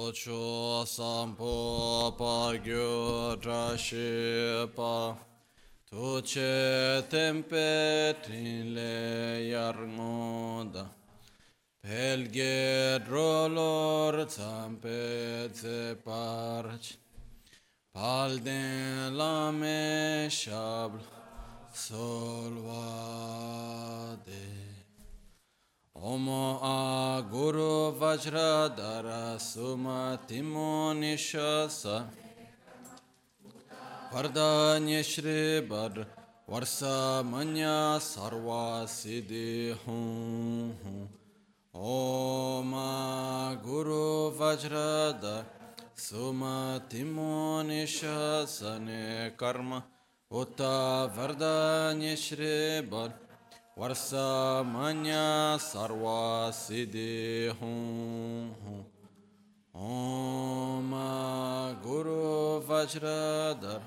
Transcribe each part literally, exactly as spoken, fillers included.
Socho sampo pagyo drashipa Tuce tempe trile yarmoda Pelge drolor zampe zeparch Palden lame shabl solvade Omo a Guru Vajradhara Suma Timo Nishasa Vardanya Shri Badr Varsa Manya Sarva Siddhi Hum Om a Guru Vajradhara Suma Timo Nishasa Ne Karma Utta Vardanya Shri Badr Varsa Manya Sarva Siddhi Hum Om Guru Vajradhar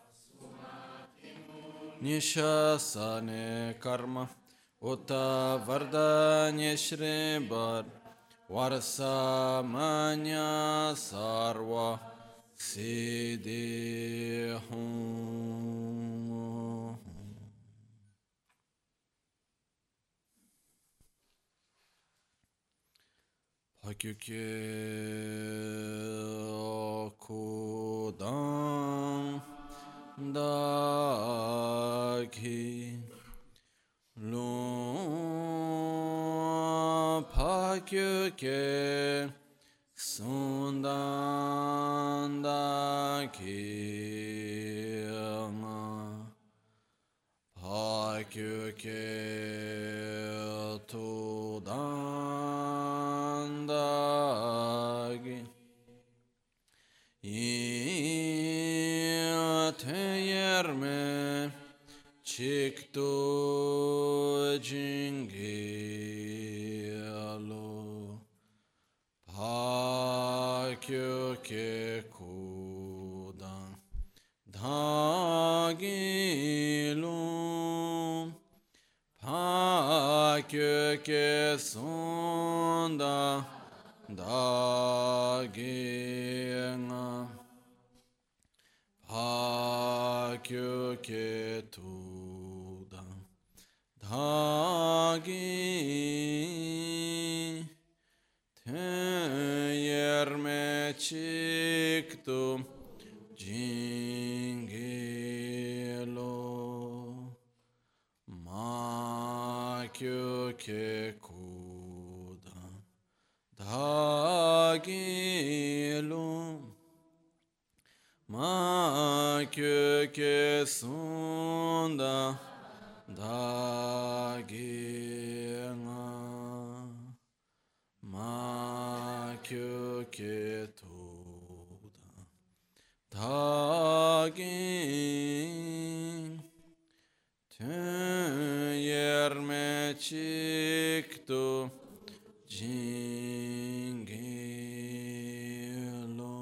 Nishasane Karma Utta Vardanya Shri Bar Varsa Manya Sarva Siddhi Hum. Hakyuke Kudam Daki Lum Hakyuke Sundan Daki Hakyuke Tudan Dagi Yateyerme Chiktu Jingialo Hakyuke Kudan Dagilum Hakyuke Sunda Dagenga Hakyuke Tuda Dagi Teyerme Chiktu Jingelo Makyuke Kuda Dagilum Makyuke Sunda Dagenga Makyuke Tuda Dagin Teyerme Chiktu Jingelo.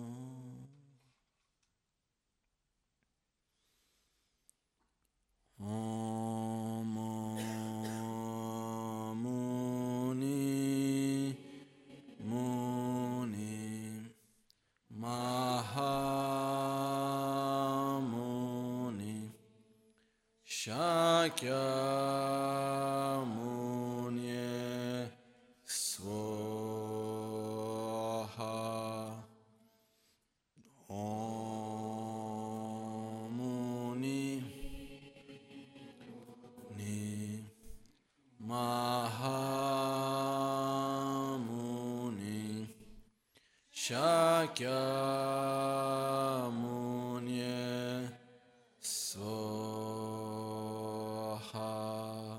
Om Muni Muni Mahamuni Shakyamuni Swaha Om Muni Ni Mahamuni Shakyamuni Swaha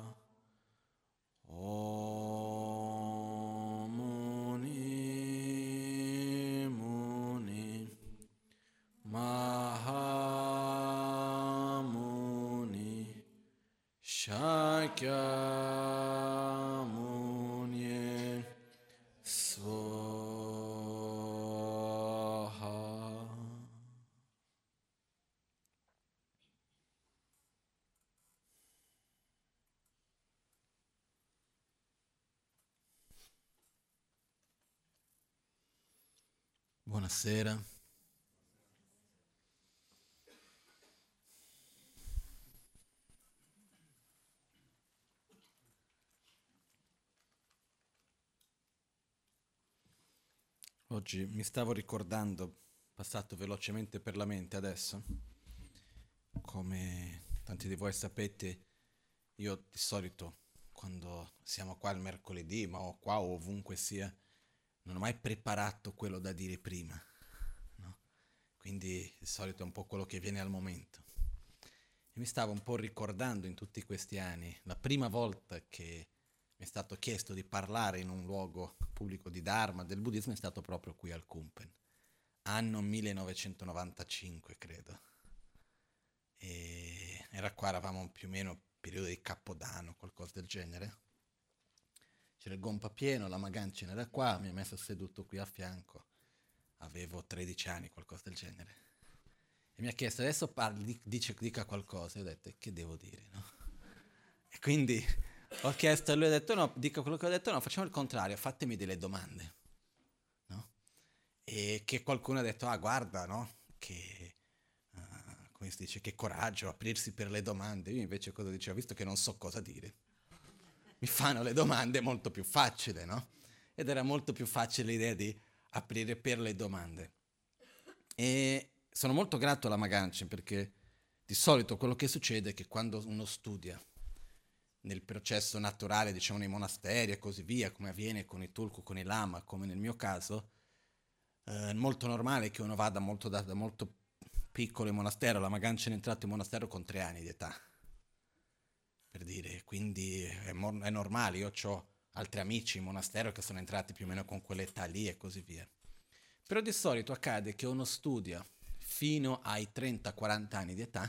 Om Muni Muni Mahamuni Shakyamuni Swaha. Buonasera. Oggi mi stavo ricordando, passato velocemente per la mente adesso, come tanti di voi sapete, io di solito quando siamo qua il mercoledì, ma o qua o ovunque sia, non ho mai preparato quello da dire prima, no? Quindi di solito è un po' quello che viene al momento. E mi stavo un po' ricordando in tutti questi anni, la prima volta che mi è stato chiesto di parlare in un luogo pubblico di Dharma, del buddismo, è stato proprio qui al Kumpen, anno millenovecentonovantacinque credo. E era qua, eravamo più o meno periodo di Capodanno, qualcosa del genere. C'era il gompa pieno, la Magancina era qua, mi ha messo seduto qui a fianco, avevo tredici anni, qualcosa del genere. E mi ha chiesto, adesso parli, dice, dica qualcosa, e ho detto, che devo dire, no? E quindi ho chiesto a lui, ho detto, no, dica quello che ho detto, no, facciamo il contrario, fatemi delle domande, no? E che qualcuno ha detto, ah, guarda, no, che, uh, come si dice, che coraggio, aprirsi per le domande. Io invece cosa dicevo, visto che non so cosa dire, mi fanno le domande molto più facile, no? Ed era molto più facile l'idea di aprire per le domande. E sono molto grato alla Magancia perché di solito quello che succede è che quando uno studia nel processo naturale, diciamo nei monasteri e così via, come avviene con i tulku, con i lama, come nel mio caso, eh, è molto normale che uno vada molto da, da molto piccolo in monastero. La Magancia è entrato in monastero con tre anni di età, per dire, quindi è, mo- è normale. Io ho altri amici in monastero che sono entrati più o meno con quell'età lì e così via. Però di solito accade che uno studia fino ai trenta quaranta anni di età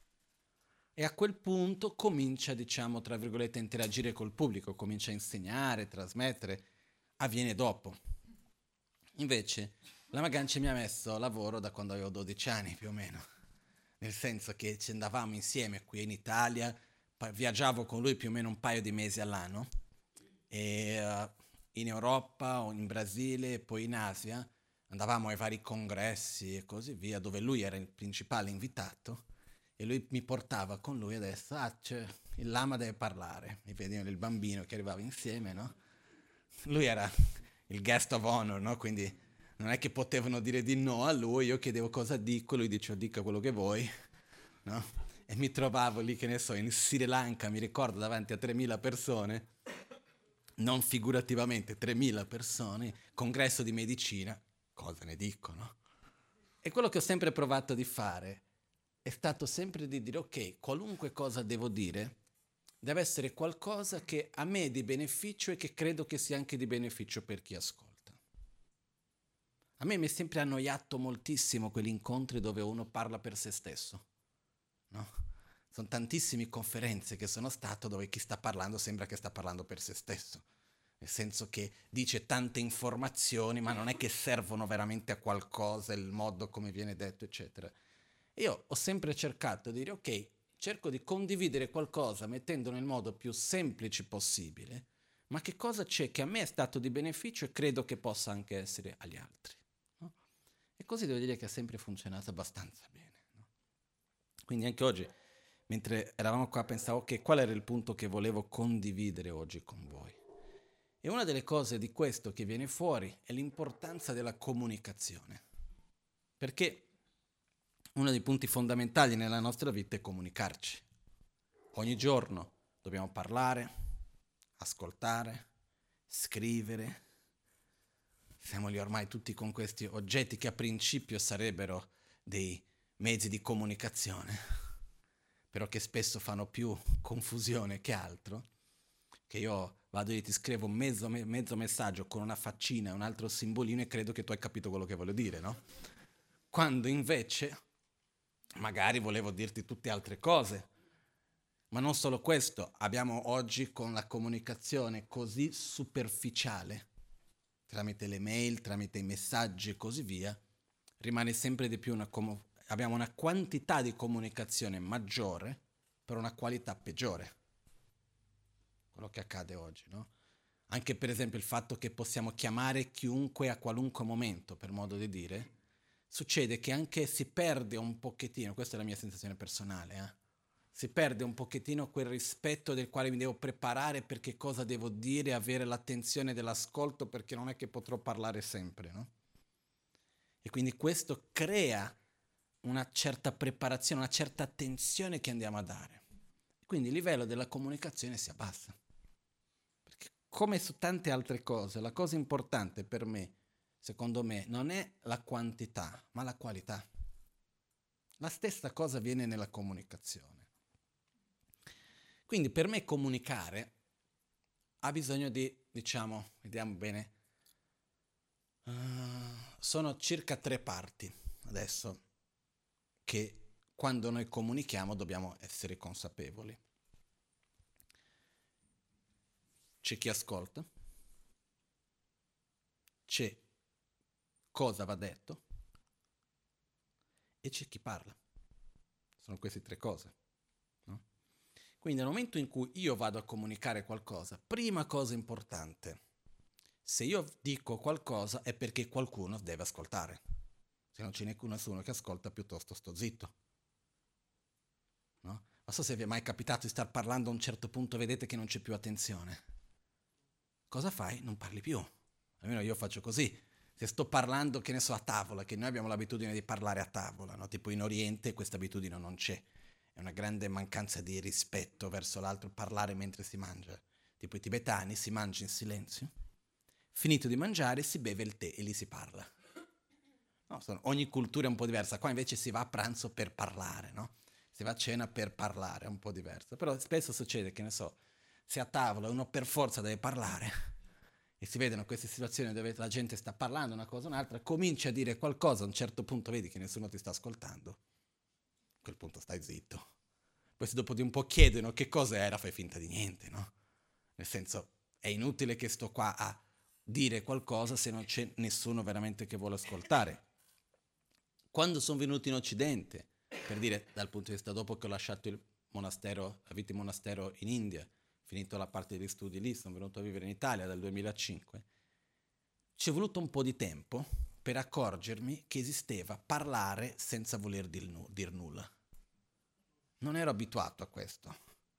e a quel punto comincia, diciamo, tra virgolette, a interagire col pubblico, comincia a insegnare, trasmettere, avviene dopo. Invece la Magancia mi ha messo a lavoro da quando avevo dodici anni più o meno, nel senso che ci andavamo insieme qui in Italia, pa- viaggiavo con lui più o meno un paio di mesi all'anno, e uh, in Europa o in Brasile e poi in Asia andavamo ai vari congressi e così via, dove lui era il principale invitato e lui mi portava con lui adesso, ah, c'è, il lama deve parlare, mi vedevano il bambino che arrivava insieme, no? Lui era il guest of honor, no? Quindi non è che potevano dire di no a lui, io chiedevo cosa dico, lui diceva dica quello che vuoi, no? E mi trovavo lì, che ne so, in Sri Lanka, mi ricordo, davanti a tremila persone, non figurativamente, tremila persone, congresso di medicina, cosa ne dico, no? E quello che ho sempre provato di fare è stato sempre di dire, ok, qualunque cosa devo dire, deve essere qualcosa che a me è di beneficio e che credo che sia anche di beneficio per chi ascolta. A me mi è sempre annoiato moltissimo quegli incontri dove uno parla per se stesso, no? Sono tantissime conferenze che sono stato dove chi sta parlando sembra che sta parlando per se stesso, nel senso che dice tante informazioni ma non è che servono veramente a qualcosa, il modo come viene detto, eccetera. Io ho sempre cercato di dire, ok, cerco di condividere qualcosa mettendo nel modo più semplice possibile, ma che cosa c'è che a me è stato di beneficio e credo che possa anche essere agli altri, no? E così devo dire che ha sempre funzionato abbastanza bene, no? Quindi anche oggi, mentre eravamo qua, pensavo, ok, qual era il punto che volevo condividere oggi con voi? E una delle cose di questo che viene fuori è l'importanza della comunicazione. Perché uno dei punti fondamentali nella nostra vita è comunicarci. Ogni giorno dobbiamo parlare, ascoltare, scrivere. Siamo lì ormai tutti con questi oggetti che a principio sarebbero dei mezzi di comunicazione, però che spesso fanno più confusione che altro. Che io vado e ti scrivo un mezzo, mezzo messaggio con una faccina e un altro simbolino e credo che tu hai capito quello che voglio dire, no? Quando invece magari volevo dirti tutte altre cose. Ma non solo questo, abbiamo oggi con la comunicazione così superficiale, tramite le mail, tramite i messaggi e così via, rimane sempre di più una com- abbiamo una quantità di comunicazione maggiore per una qualità peggiore. Quello che accade oggi, no? Anche per esempio il fatto che possiamo chiamare chiunque a qualunque momento, per modo di dire, succede che anche si perde un pochettino, questa è la mia sensazione personale, eh? Si perde un pochettino quel rispetto del quale mi devo preparare per che cosa devo dire, avere l'attenzione dell'ascolto, perché non è che potrò parlare sempre, no? E quindi questo crea una certa preparazione, una certa attenzione che andiamo a dare. Quindi il livello della comunicazione si abbassa. Perché come su tante altre cose, la cosa importante per me, secondo me, non è la quantità, ma la qualità. La stessa cosa avviene nella comunicazione. Quindi per me comunicare ha bisogno di, diciamo, vediamo bene, uh, sono circa tre parti adesso che quando noi comunichiamo dobbiamo essere consapevoli. C'è chi ascolta, c'è cosa va detto e c'è chi parla. Sono queste tre cose. No? Quindi nel momento in cui io vado a comunicare qualcosa, prima cosa importante, se io dico qualcosa è perché qualcuno deve ascoltare. Se non c'è nessuno che ascolta, piuttosto sto zitto. No? Non so se vi è mai capitato di star parlando a un certo punto, vedete che non c'è più attenzione. Cosa fai? Non parli più. Almeno io faccio così. Se sto parlando, che ne so, a tavola, che noi abbiamo l'abitudine di parlare a tavola, no? Tipo in Oriente questa abitudine non c'è. È una grande mancanza di rispetto verso l'altro, parlare mentre si mangia. Tipo i tibetani si mangia in silenzio. Finito di mangiare si beve il tè e lì si parla. No, sono, ogni cultura è un po' diversa. Qua invece si va a pranzo per parlare, no? Si va a cena per parlare, è un po' diverso. Però spesso succede, che ne so, se a tavola uno per forza deve parlare e si vedono queste situazioni dove la gente sta parlando una cosa o un'altra, cominci a dire qualcosa, a un certo punto vedi che nessuno ti sta ascoltando, a quel punto stai zitto. Poi se dopo di un po' chiedono che cosa era, fai finta di niente, no? Nel senso, è inutile che sto qua a dire qualcosa se non c'è nessuno veramente che vuole ascoltare. Quando sono venuto in Occidente, per dire dal punto di vista dopo che ho lasciato il monastero, la vita in monastero in India, finito la parte degli studi lì, sono venuto a vivere in Italia dal duemilacinque, ci è voluto un po' di tempo per accorgermi che esisteva parlare senza voler dir, nu- dir nulla. Non ero abituato a questo.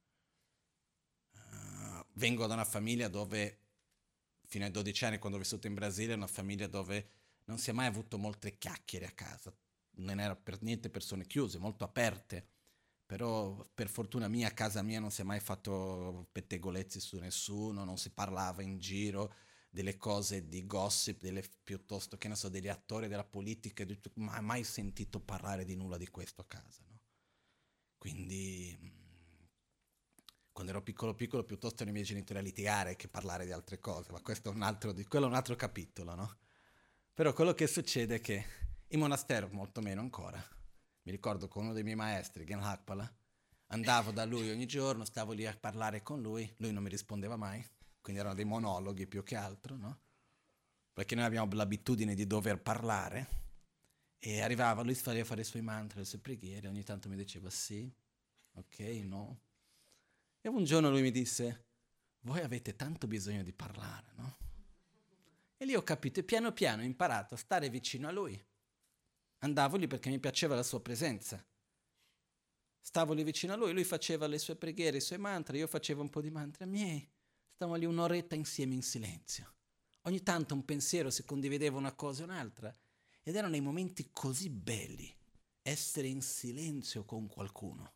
Uh, vengo da una famiglia dove, fino ai dodici anni, quando ho vissuto in Brasile, è una famiglia dove non si è mai avuto molte chiacchiere a casa. Non erano per niente persone chiuse, molto aperte. Però per fortuna mia, a casa mia non si è mai fatto pettegolezzi su nessuno, non si parlava in giro delle cose di gossip, delle, piuttosto che ne so, degli attori della politica, di, ma mai sentito parlare di nulla di questo a casa, no? Quindi quando ero piccolo piccolo piuttosto erano i miei genitori a litigare che parlare di altre cose, ma questo è un altro, quello è un altro capitolo, no? Però quello che succede è che in monastero molto meno ancora. Mi ricordo con uno dei miei maestri, Gen Hakpala, andavo da lui ogni giorno, stavo lì a parlare con lui, lui non mi rispondeva mai, quindi erano dei monologhi più che altro, no? Perché noi abbiamo l'abitudine di dover parlare, e arrivava, lui faceva fare i suoi mantra, le sue preghiere, ogni tanto mi diceva sì, ok, no. E un giorno lui mi disse, voi avete tanto bisogno di parlare, no? E lì ho capito, e piano piano ho imparato a stare vicino a lui. Andavo lì perché mi piaceva la sua presenza. Stavo lì vicino a lui, lui faceva le sue preghiere, i suoi mantra, io facevo un po' di mantra miei. Stavamo lì un'oretta insieme in silenzio. Ogni tanto un pensiero si condivideva una cosa e un'altra. Ed erano dei momenti così belli, essere in silenzio con qualcuno.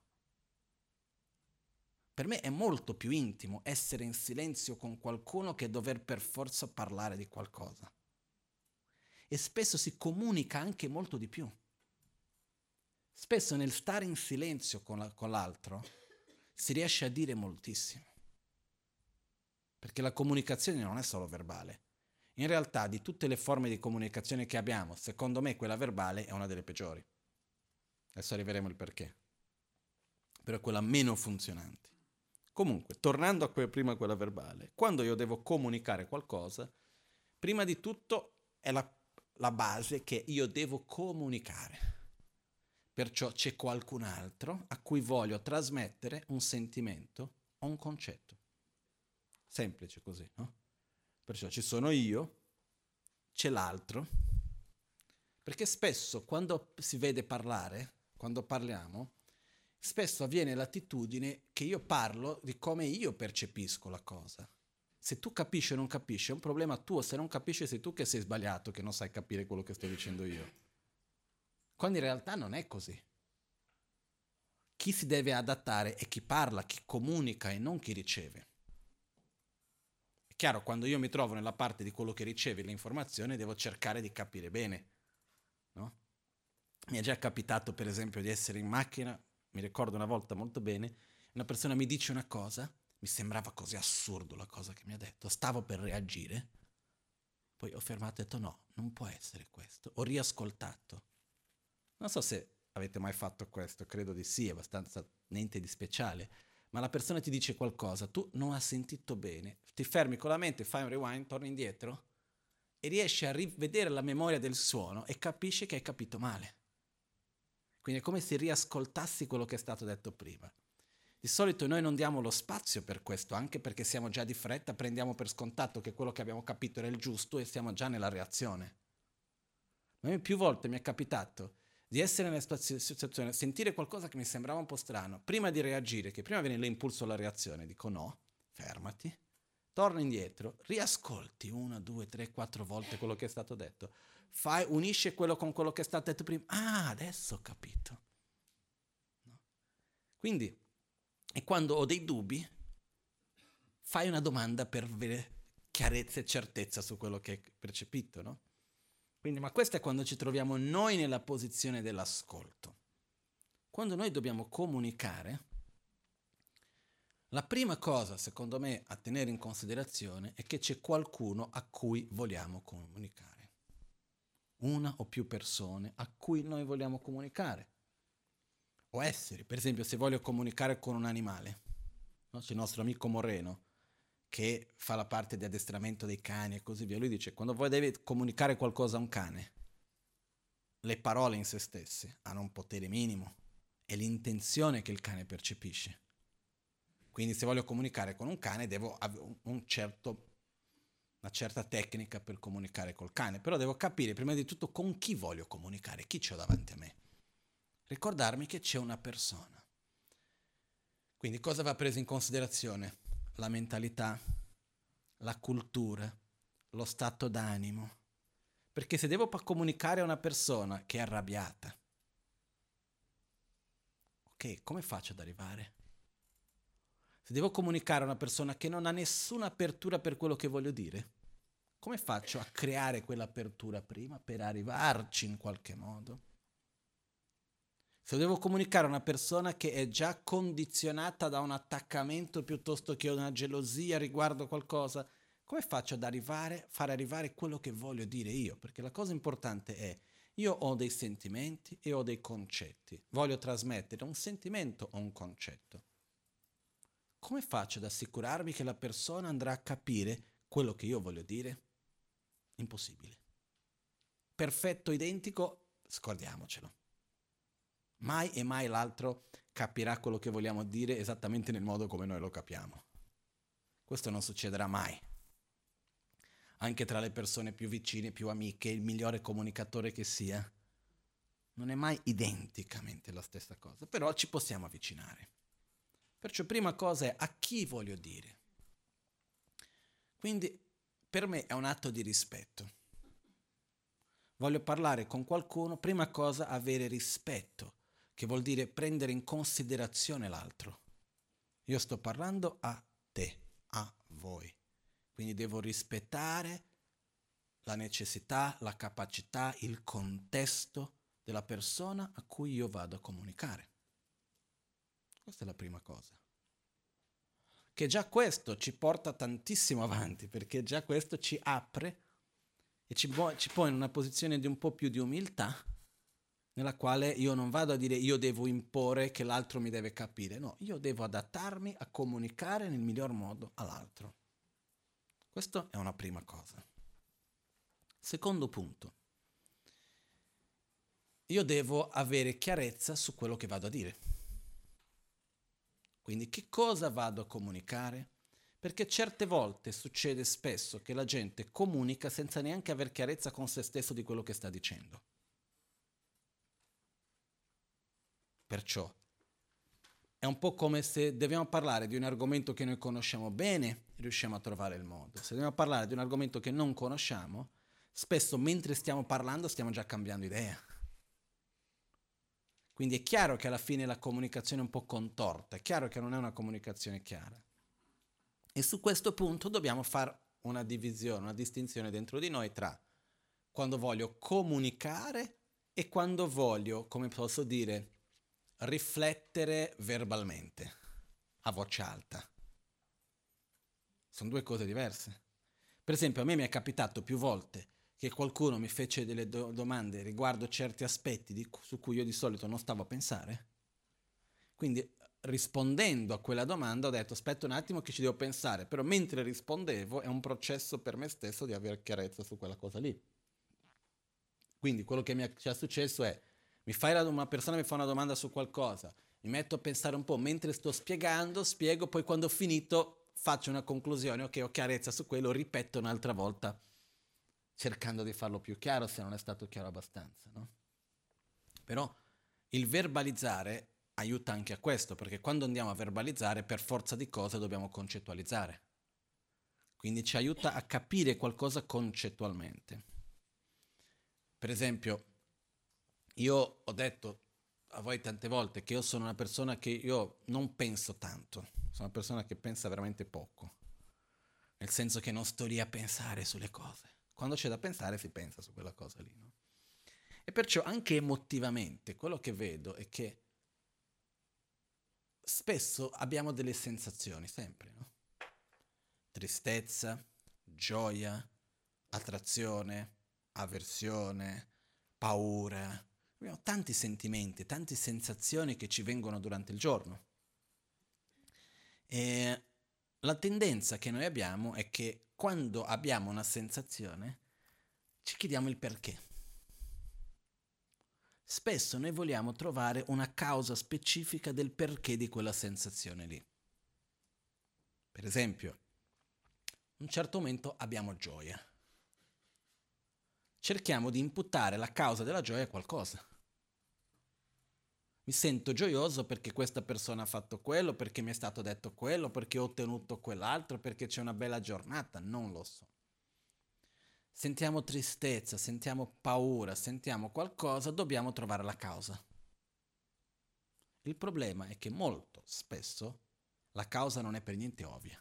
Per me è molto più intimo essere in silenzio con qualcuno che dover per forza parlare di qualcosa. E spesso si comunica anche molto di più. Spesso nel stare in silenzio con, la, con l'altro si riesce a dire moltissimo. Perché la comunicazione non è solo verbale. In realtà di tutte le forme di comunicazione che abbiamo, secondo me quella verbale è una delle peggiori. Adesso arriveremo al perché. Però è quella meno funzionante. Comunque, tornando a que- prima a quella verbale, quando io devo comunicare qualcosa, prima di tutto è la, la base che io devo comunicare. Perciò c'è qualcun altro a cui voglio trasmettere un sentimento o un concetto. Semplice così, no? Perciò ci sono io, c'è l'altro, perché spesso quando si vede parlare, quando parliamo, spesso avviene l'attitudine che io parlo di come io percepisco la cosa. Se tu capisci o non capisci è un problema tuo, se non capisci sei tu che sei sbagliato, che non sai capire quello che sto dicendo io. Quando in realtà non è così. Chi si deve adattare è chi parla, chi comunica e non chi riceve. È chiaro, quando io mi trovo nella parte di quello che riceve l'informazione devo cercare di capire bene, no? Mi è già capitato per esempio di essere in macchina, mi ricordo una volta molto bene, una persona mi dice una cosa, mi sembrava così assurdo la cosa che mi ha detto, stavo per reagire, poi ho fermato e ho detto no, non può essere questo, ho riascoltato. Non so se avete mai fatto questo, credo di sì, è abbastanza niente di speciale, ma la persona ti dice qualcosa, tu non hai sentito bene, ti fermi con la mente, fai un rewind, torni indietro e riesci a rivedere la memoria del suono e capisci che hai capito male. Quindi è come se riascoltassi quello che è stato detto prima. Di solito noi non diamo lo spazio per questo, anche perché siamo già di fretta, prendiamo per scontato che quello che abbiamo capito era il giusto e siamo già nella reazione. A me più volte mi è capitato di essere nella situazione, sentire qualcosa che mi sembrava un po' strano, prima di reagire, che prima viene l'impulso alla reazione, dico no, fermati, torna indietro, riascolti una, due, tre, quattro volte quello che è stato detto, fai, unisce quello con quello che è stato detto prima, ah, adesso ho capito. No? Quindi, e quando ho dei dubbi, fai una domanda per avere chiarezza e certezza su quello che hai percepito, no? Quindi, ma questo è quando ci troviamo noi nella posizione dell'ascolto. Quando noi dobbiamo comunicare, la prima cosa, secondo me, a tenere in considerazione è che c'è qualcuno a cui vogliamo comunicare. Una o più persone a cui noi vogliamo comunicare. O esseri, per esempio, se voglio comunicare con un animale, no? C'è il nostro amico Moreno, che fa la parte di addestramento dei cani e così via. Lui dice, quando voi deve comunicare qualcosa a un cane, le parole in se stesse hanno un potere minimo, è l'intenzione che il cane percepisce. Quindi se voglio comunicare con un cane devo avere un certo, una certa tecnica per comunicare col cane, però devo capire prima di tutto con chi voglio comunicare, chi c'ho davanti a me. Ricordarmi che c'è una persona. Quindi cosa va preso in considerazione? La mentalità, la cultura, lo stato d'animo. Perché se devo comunicare a una persona che è arrabbiata, ok, come faccio ad arrivare? Se devo comunicare a una persona che non ha nessuna apertura per quello che voglio dire, come faccio a creare quell'apertura prima per arrivarci in qualche modo? Se devo comunicare a una persona che è già condizionata da un attaccamento piuttosto che una gelosia riguardo qualcosa, come faccio ad arrivare, fare arrivare quello che voglio dire io? Perché la cosa importante è, io ho dei sentimenti e ho dei concetti. Voglio trasmettere un sentimento o un concetto. Come faccio ad assicurarmi che la persona andrà a capire quello che io voglio dire? Impossibile. Perfetto, identico, scordiamocelo. Mai e mai l'altro capirà quello che vogliamo dire esattamente nel modo come noi lo capiamo. Questo non succederà mai. Anche tra le persone più vicine, più amiche, il migliore comunicatore che sia, non è mai identicamente la stessa cosa, però ci possiamo avvicinare. Perciò prima cosa è a chi voglio dire. Quindi per me è un atto di rispetto. Voglio parlare con qualcuno, prima cosa avere rispetto, che vuol dire prendere in considerazione l'altro. Io sto parlando a te, a voi. Quindi devo rispettare la necessità, la capacità, il contesto della persona a cui io vado a comunicare. Questa è la prima cosa. Che già questo ci porta tantissimo avanti, perché già questo ci apre e ci, po- ci pone in una posizione di un po' più di umiltà, nella quale io non vado a dire io devo imporre che l'altro mi deve capire, no, io devo adattarmi a comunicare nel miglior modo all'altro. Questa è una prima cosa. Secondo punto, io devo avere chiarezza su quello che vado a dire. Quindi che cosa vado a comunicare? Perché certe volte succede spesso che la gente comunica senza neanche aver chiarezza con se stesso di quello che sta dicendo. Perciò è un po' come se dobbiamo parlare di un argomento che noi conosciamo bene, riusciamo a trovare il modo. Se dobbiamo parlare di un argomento che non conosciamo, spesso mentre stiamo parlando stiamo già cambiando idea. Quindi è chiaro che alla fine la comunicazione è un po' contorta, è chiaro che non è una comunicazione chiara. E su questo punto dobbiamo fare una divisione, una distinzione dentro di noi tra quando voglio comunicare e quando voglio, come posso dire, riflettere verbalmente, a voce alta. Sono due cose diverse. Per esempio, a me mi è capitato più volte che qualcuno mi fece delle do- domande riguardo certi aspetti di, su cui io di solito non stavo a pensare. Quindi, rispondendo a quella domanda, ho detto, aspetta un attimo che ci devo pensare, però mentre rispondevo è un processo per me stesso di avere chiarezza su quella cosa lì. Quindi quello che mi è, ci è successo è, mi fai la, una persona mi fa una domanda su qualcosa, mi metto a pensare un po', mentre sto spiegando, spiego, poi quando ho finito faccio una conclusione, ok, ho chiarezza su quello, ripeto un'altra volta, cercando di farlo più chiaro se non è stato chiaro abbastanza, no? Però il verbalizzare aiuta anche a questo, perché quando andiamo a verbalizzare, per forza di cose dobbiamo concettualizzare. Quindi ci aiuta a capire qualcosa concettualmente. Per esempio, io ho detto a voi tante volte che io sono una persona che io non penso tanto, sono una persona che pensa veramente poco, nel senso che non sto lì a pensare sulle cose. Quando c'è da pensare si pensa su quella cosa lì, no? E perciò anche emotivamente quello che vedo è che spesso abbiamo delle sensazioni, sempre, no? Tristezza, gioia, attrazione, avversione, paura. Abbiamo tanti sentimenti, tante sensazioni che ci vengono durante il giorno. E la tendenza che noi abbiamo è che quando abbiamo una sensazione ci chiediamo il perché. Spesso noi vogliamo trovare una causa specifica del perché di quella sensazione lì. Per esempio, in un certo momento abbiamo gioia. Cerchiamo di imputare la causa della gioia a qualcosa. Mi sento gioioso perché questa persona ha fatto quello, perché mi è stato detto quello, perché ho ottenuto quell'altro, perché c'è una bella giornata, non lo so. Sentiamo tristezza, sentiamo paura, sentiamo qualcosa, dobbiamo trovare la causa. Il problema è che molto spesso la causa non è per niente ovvia.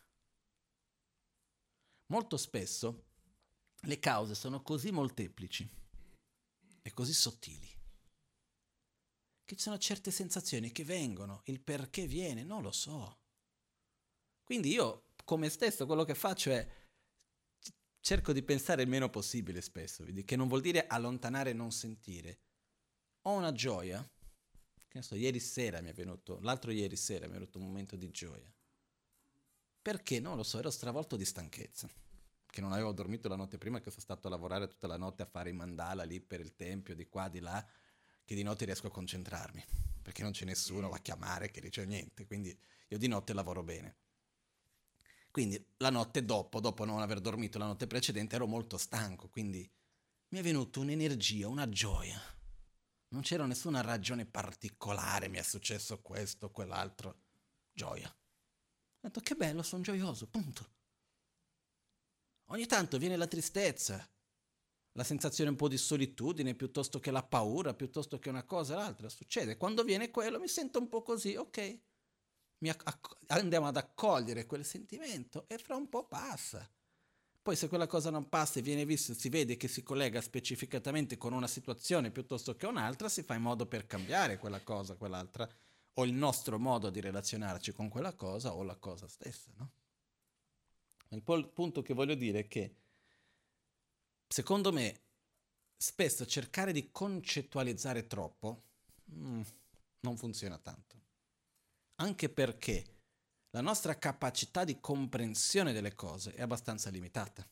Molto spesso le cause sono così molteplici e così sottili che ci sono certe sensazioni che vengono, il perché viene, non lo so. Quindi io, come stesso, quello che faccio è cerco di pensare il meno possibile spesso, che non vuol dire allontanare e non sentire. Ho una gioia, che ne so, ieri sera mi è venuto, l'altro ieri sera mi è venuto un momento di gioia. Perché? Non lo so, ero stravolto di stanchezza, che non avevo dormito la notte prima, che sono stato a lavorare tutta la notte a fare i mandala lì per il tempio, di qua, di là, che di notte riesco a concentrarmi, perché non c'è nessuno a chiamare, che dice niente, quindi io di notte lavoro bene. Quindi la notte dopo, dopo non aver dormito la notte precedente, ero molto stanco, quindi mi è venuta un'energia, una gioia. Non c'era nessuna ragione particolare, mi è successo questo, quell'altro. Gioia. Ho detto, che bello, sono gioioso, punto. Ogni tanto viene la tristezza, la sensazione un po' di solitudine, piuttosto che la paura, piuttosto che una cosa o l'altra. Succede. Quando viene quello mi sento un po' così, ok. Mi acc- andiamo ad accogliere quel sentimento e fra un po' passa. Poi se quella cosa non passa e viene visto, si vede che si collega specificatamente con una situazione piuttosto che un'altra, si fa in modo per cambiare quella cosa, quell'altra, o il nostro modo di relazionarci con quella cosa o la cosa stessa, no? Il punto che voglio dire è che, secondo me, spesso cercare di concettualizzare troppo mm, non funziona tanto. Anche perché la nostra capacità di comprensione delle cose è abbastanza limitata.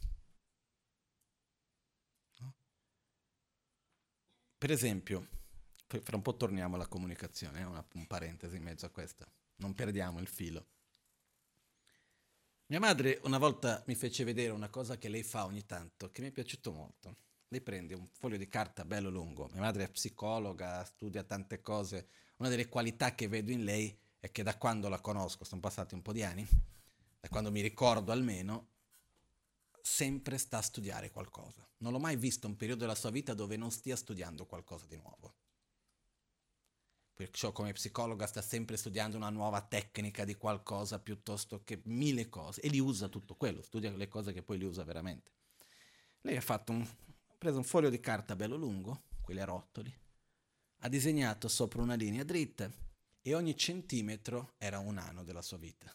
No? Per esempio, fra un po' torniamo alla comunicazione, eh, una un parentesi in mezzo a questa, non perdiamo il filo. Mia madre una volta mi fece vedere una cosa che lei fa ogni tanto, che mi è piaciuto molto. Lei prende un foglio di carta bello lungo, mia madre è psicologa, studia tante cose, una delle qualità che vedo in lei è che da quando la conosco, sono passati un po' di anni, da quando mi ricordo almeno, sempre sta a studiare qualcosa. Non l'ho mai visto un periodo della sua vita dove non stia studiando qualcosa di nuovo. Perciò come psicologa sta sempre studiando una nuova tecnica di qualcosa piuttosto che mille cose e li usa tutto quello, studia le cose che poi li usa veramente. Lei ha fatto un, ha preso un foglio di carta bello lungo, quelli a rotoli, ha disegnato sopra una linea dritta e ogni centimetro era un anno della sua vita.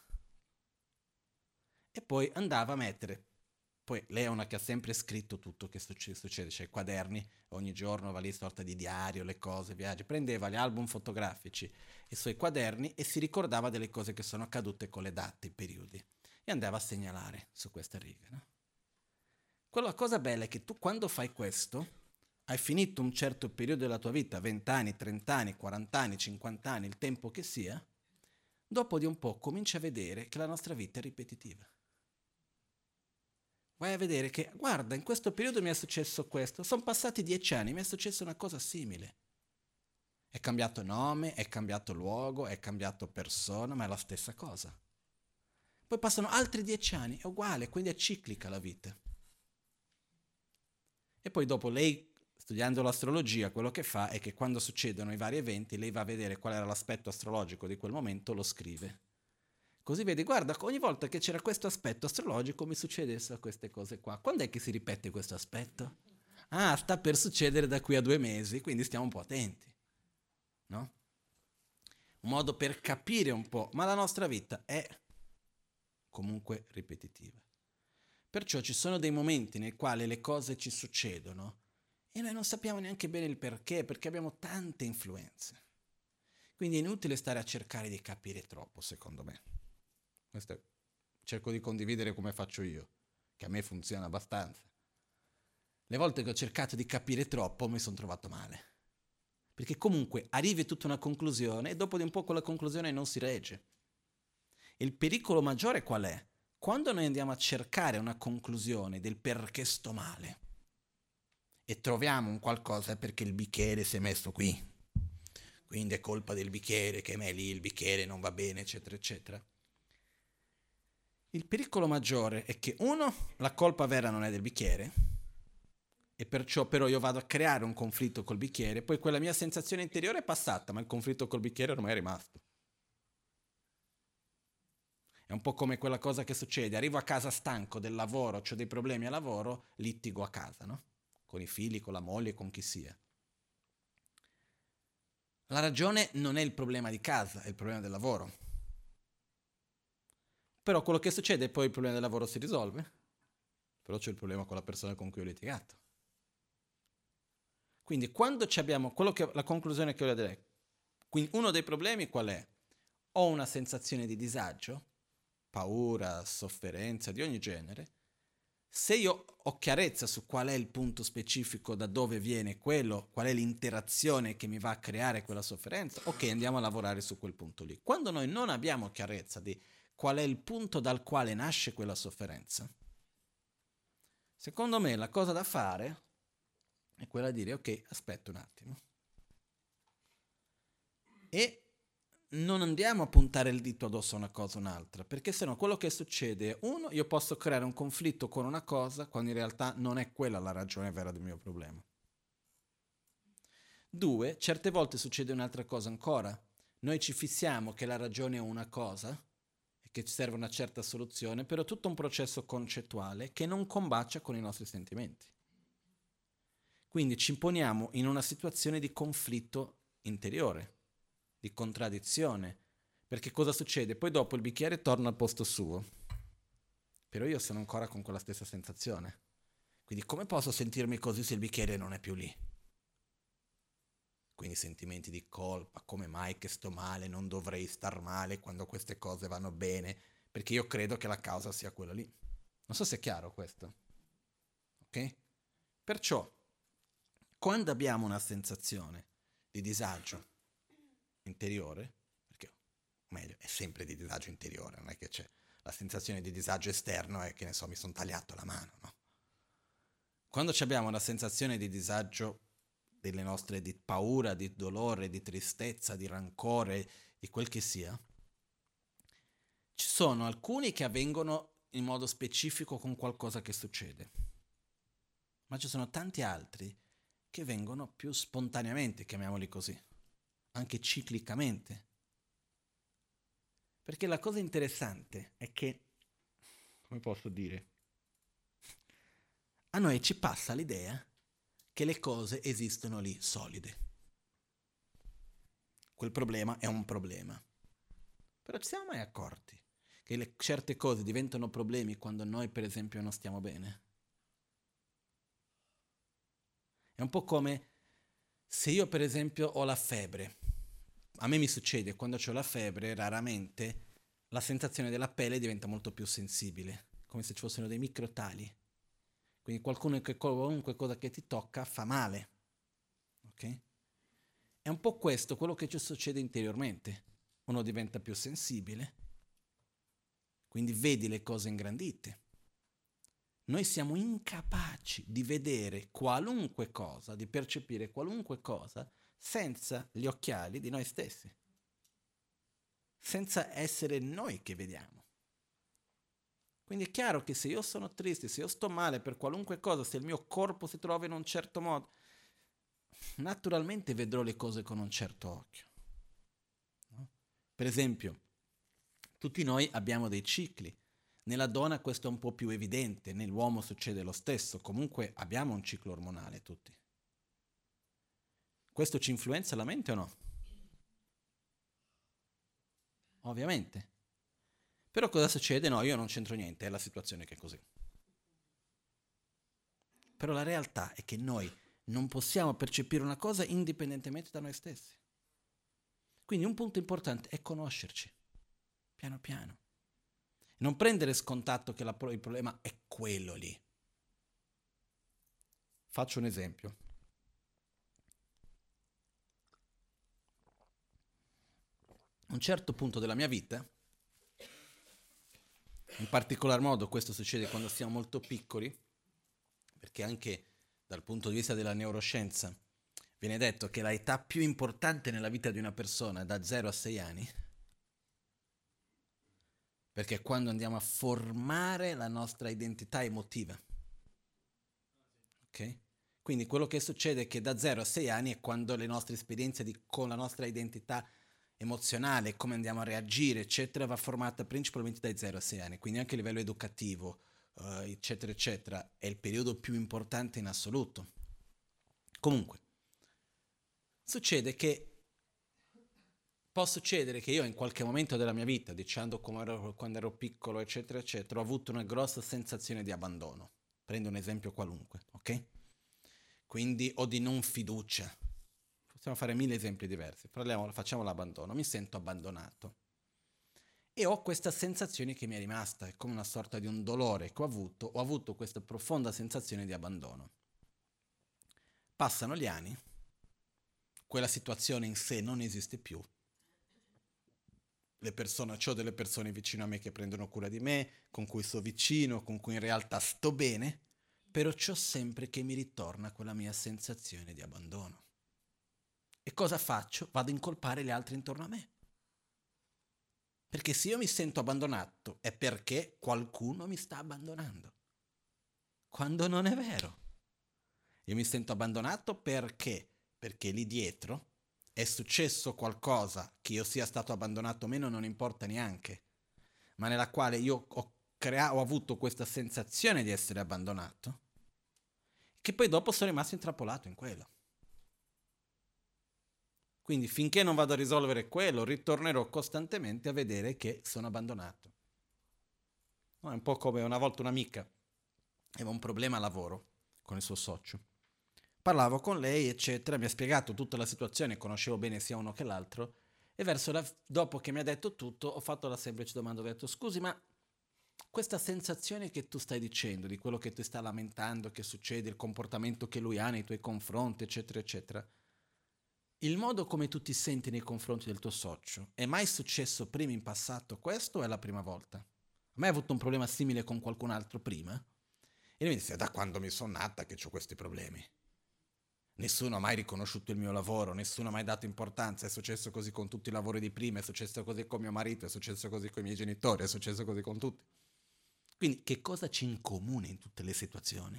E poi andava a mettere, poi lei è una che ha sempre scritto tutto che succede, cioè i quaderni, ogni giorno va lì sorta di diario, le cose, viaggi, prendeva gli album fotografici, i suoi quaderni e si ricordava delle cose che sono accadute con le date, i periodi, e andava a segnalare su questa riga. No? Quella cosa bella è che tu quando fai questo, hai finito un certo periodo della tua vita, venti anni, trenta anni, quaranta anni, cinquanta anni, il tempo che sia, dopo di un po' cominci a vedere che la nostra vita è ripetitiva. Vai a vedere che, guarda, in questo periodo mi è successo questo, sono passati dieci anni, mi è successa una cosa simile. È cambiato nome, è cambiato luogo, è cambiato persona, ma è la stessa cosa. Poi passano altri dieci anni, è uguale, quindi è ciclica la vita. E poi dopo lei, studiando l'astrologia, quello che fa è che quando succedono i vari eventi, lei va a vedere qual era l'aspetto astrologico di quel momento, lo scrive. Così vedi, guarda, ogni volta che c'era questo aspetto astrologico mi succedessero queste cose qua. Quando è che si ripete questo aspetto? Ah, sta per succedere da qui a due mesi, quindi stiamo un po' attenti. No? Un modo per capire un po', ma la nostra vita è comunque ripetitiva. Perciò ci sono dei momenti nei quali le cose ci succedono e noi non sappiamo neanche bene il perché, perché abbiamo tante influenze. Quindi è inutile stare a cercare di capire troppo, secondo me. Questo cerco di condividere come faccio io, che a me funziona abbastanza. Le volte che ho cercato di capire troppo mi sono trovato male. Perché comunque arrivi a tutta una conclusione e dopo di un po' quella conclusione non si regge. Il pericolo maggiore qual è? Quando noi andiamo a cercare una conclusione del perché sto male e troviamo un qualcosa perché il bicchiere si è messo qui, quindi è colpa del bicchiere che è lì, il bicchiere non va bene, eccetera, eccetera. Il pericolo maggiore è che, uno, la colpa vera non è del bicchiere, e perciò però io vado a creare un conflitto col bicchiere, poi quella mia sensazione interiore è passata, ma il conflitto col bicchiere ormai è rimasto. È un po' come quella cosa che succede, arrivo a casa stanco del lavoro, ho dei problemi al lavoro, litigo a casa, no? Con i figli, con la moglie, con chi sia. La ragione non è il problema di casa, è il problema del lavoro. Però quello che succede è poi il problema del lavoro si risolve, però c'è il problema con la persona con cui ho litigato. Quindi quando abbiamo quello che, la conclusione che voglio dire, quindi uno dei problemi qual è? Ho una sensazione di disagio, paura, sofferenza di ogni genere. Se io ho chiarezza su qual è il punto specifico, da dove viene quello, qual è l'interazione che mi va a creare quella sofferenza, ok, andiamo a lavorare su quel punto lì. Quando noi non abbiamo chiarezza di qual è il punto dal quale nasce quella sofferenza, secondo me la cosa da fare è quella di dire ok, aspetta un attimo. E non andiamo a puntare il dito addosso a una cosa o un'altra, perché sennò quello che succede è, uno, io posso creare un conflitto con una cosa quando in realtà non è quella la ragione vera del mio problema. Due, certe volte succede un'altra cosa ancora. Noi ci fissiamo che la ragione è una cosa e che ci serve una certa soluzione, però è tutto un processo concettuale che non combacia con i nostri sentimenti. Quindi ci poniamo in una situazione di conflitto interiore, di contraddizione, perché cosa succede? Poi dopo il bicchiere torna al posto suo, però io sono ancora con quella stessa sensazione. Quindi come posso sentirmi così se il bicchiere non è più lì? Quindi sentimenti di colpa, come mai che sto male, non dovrei star male quando queste cose vanno bene, perché io credo che la causa sia quella lì. Non so se è chiaro questo, ok? Perciò, quando abbiamo una sensazione di disagio interiore, perché, o meglio, è sempre di disagio interiore, non è che c'è, La sensazione di disagio esterno è che, ne so, mi sono tagliato la mano, no? Quando abbiamo la sensazione di disagio delle nostre, di paura, di dolore, di tristezza, di rancore, di quel che sia, ci sono alcuni che avvengono in modo specifico con qualcosa che succede, ma ci sono tanti altri che vengono più spontaneamente, chiamiamoli così, anche ciclicamente. Perché la cosa interessante è che, come posso dire, a noi ci passa l'idea che le cose esistono lì solide. Quel problema è un problema. Però ci siamo mai accorti che le, certe cose diventano problemi quando noi, per esempio, non stiamo bene? È un po' come se io, per esempio, ho la febbre. A me mi succede, quando ho la febbre, raramente la sensazione della pelle diventa molto più sensibile, come se ci fossero dei microtali. Quindi qualcuno che qualunque cosa che ti tocca fa male. Ok? È un po' questo quello che ci succede interiormente. Uno diventa più sensibile, quindi vedi le cose ingrandite. Noi siamo incapaci di vedere qualunque cosa, di percepire qualunque cosa, senza gli occhiali di noi stessi, senza essere noi che vediamo. Quindi è chiaro che se io sono triste, se io sto male per qualunque cosa, se il mio corpo si trova in un certo modo, naturalmente vedrò le cose con un certo occhio. No? Per esempio, tutti noi abbiamo dei cicli. Nella donna questo è un po' più evidente, nell'uomo succede lo stesso, comunque abbiamo un ciclo ormonale tutti. Questo ci influenza la mente o no? Ovviamente. Però cosa succede? No, io non c'entro niente, è la situazione che è così. Però la realtà è che noi non possiamo percepire una cosa indipendentemente da noi stessi. Quindi un punto importante è conoscerci, piano piano. Non prendere scontato che la, il problema è quello lì. Faccio un esempio. A un certo punto della mia vita, in particolar modo questo succede quando siamo molto piccoli, perché anche dal punto di vista della neuroscienza viene detto che l'età più importante nella vita di una persona è da zero a sei anni, perché è quando andiamo a formare la nostra identità emotiva. Ok? Quindi quello che succede è che da zero a sei anni è quando le nostre esperienze di, con la nostra identità emozionale, come andiamo a reagire, eccetera, va formata principalmente dai zero a sei anni. Quindi anche a livello educativo, uh, eccetera, eccetera, è il periodo più importante in assoluto. Comunque, succede che può succedere che io in qualche momento della mia vita, dicendo come ero, quando ero piccolo, eccetera, eccetera, ho avuto una grossa sensazione di abbandono. Prendo un esempio qualunque, ok? Quindi, o di non fiducia. Possiamo fare mille esempi diversi. Parliamo, facciamo l'abbandono. Mi sento abbandonato. E ho questa sensazione che mi è rimasta, è come una sorta di un dolore che ho avuto. Ho avuto questa profonda sensazione di abbandono. Passano gli anni, quella situazione in sé non esiste più. Le persone, ho delle persone vicino a me che prendono cura di me, con cui sto vicino, con cui in realtà sto bene, però c'ho sempre che mi ritorna quella mia sensazione di abbandono. E cosa faccio? Vado a incolpare gli altri intorno a me. Perché se io mi sento abbandonato è perché qualcuno mi sta abbandonando. Quando non è vero. Io mi sento abbandonato perché? Perché lì dietro è successo qualcosa, che io sia stato abbandonato o meno non importa neanche, ma nella quale io ho, crea- ho avuto questa sensazione di essere abbandonato, che poi dopo sono rimasto intrappolato in quello. Quindi finché non vado a risolvere quello, ritornerò costantemente a vedere che sono abbandonato. No, è un po' come una volta un'amica aveva un problema a lavoro con il suo socio. Parlavo con lei, eccetera, mi ha spiegato tutta la situazione, conoscevo bene sia uno che l'altro, e verso la, dopo che mi ha detto tutto, ho fatto la semplice domanda, ho detto, scusi, ma questa sensazione che tu stai dicendo, di quello che ti sta lamentando, che succede, il comportamento che lui ha nei tuoi confronti, eccetera, eccetera, il modo come tu ti senti nei confronti del tuo socio, è mai successo prima in passato questo o è la prima volta? mai avuto un problema simile con qualcun altro prima? E lui mi disse, da quando mi sono nata che ho questi problemi. Nessuno ha mai riconosciuto il mio lavoro, nessuno ha mai dato importanza, è successo così con tutti i lavori di prima, è successo così con mio marito, è successo così con i miei genitori, è successo così con tutti. Quindi che cosa ci incomuna in tutte le situazioni?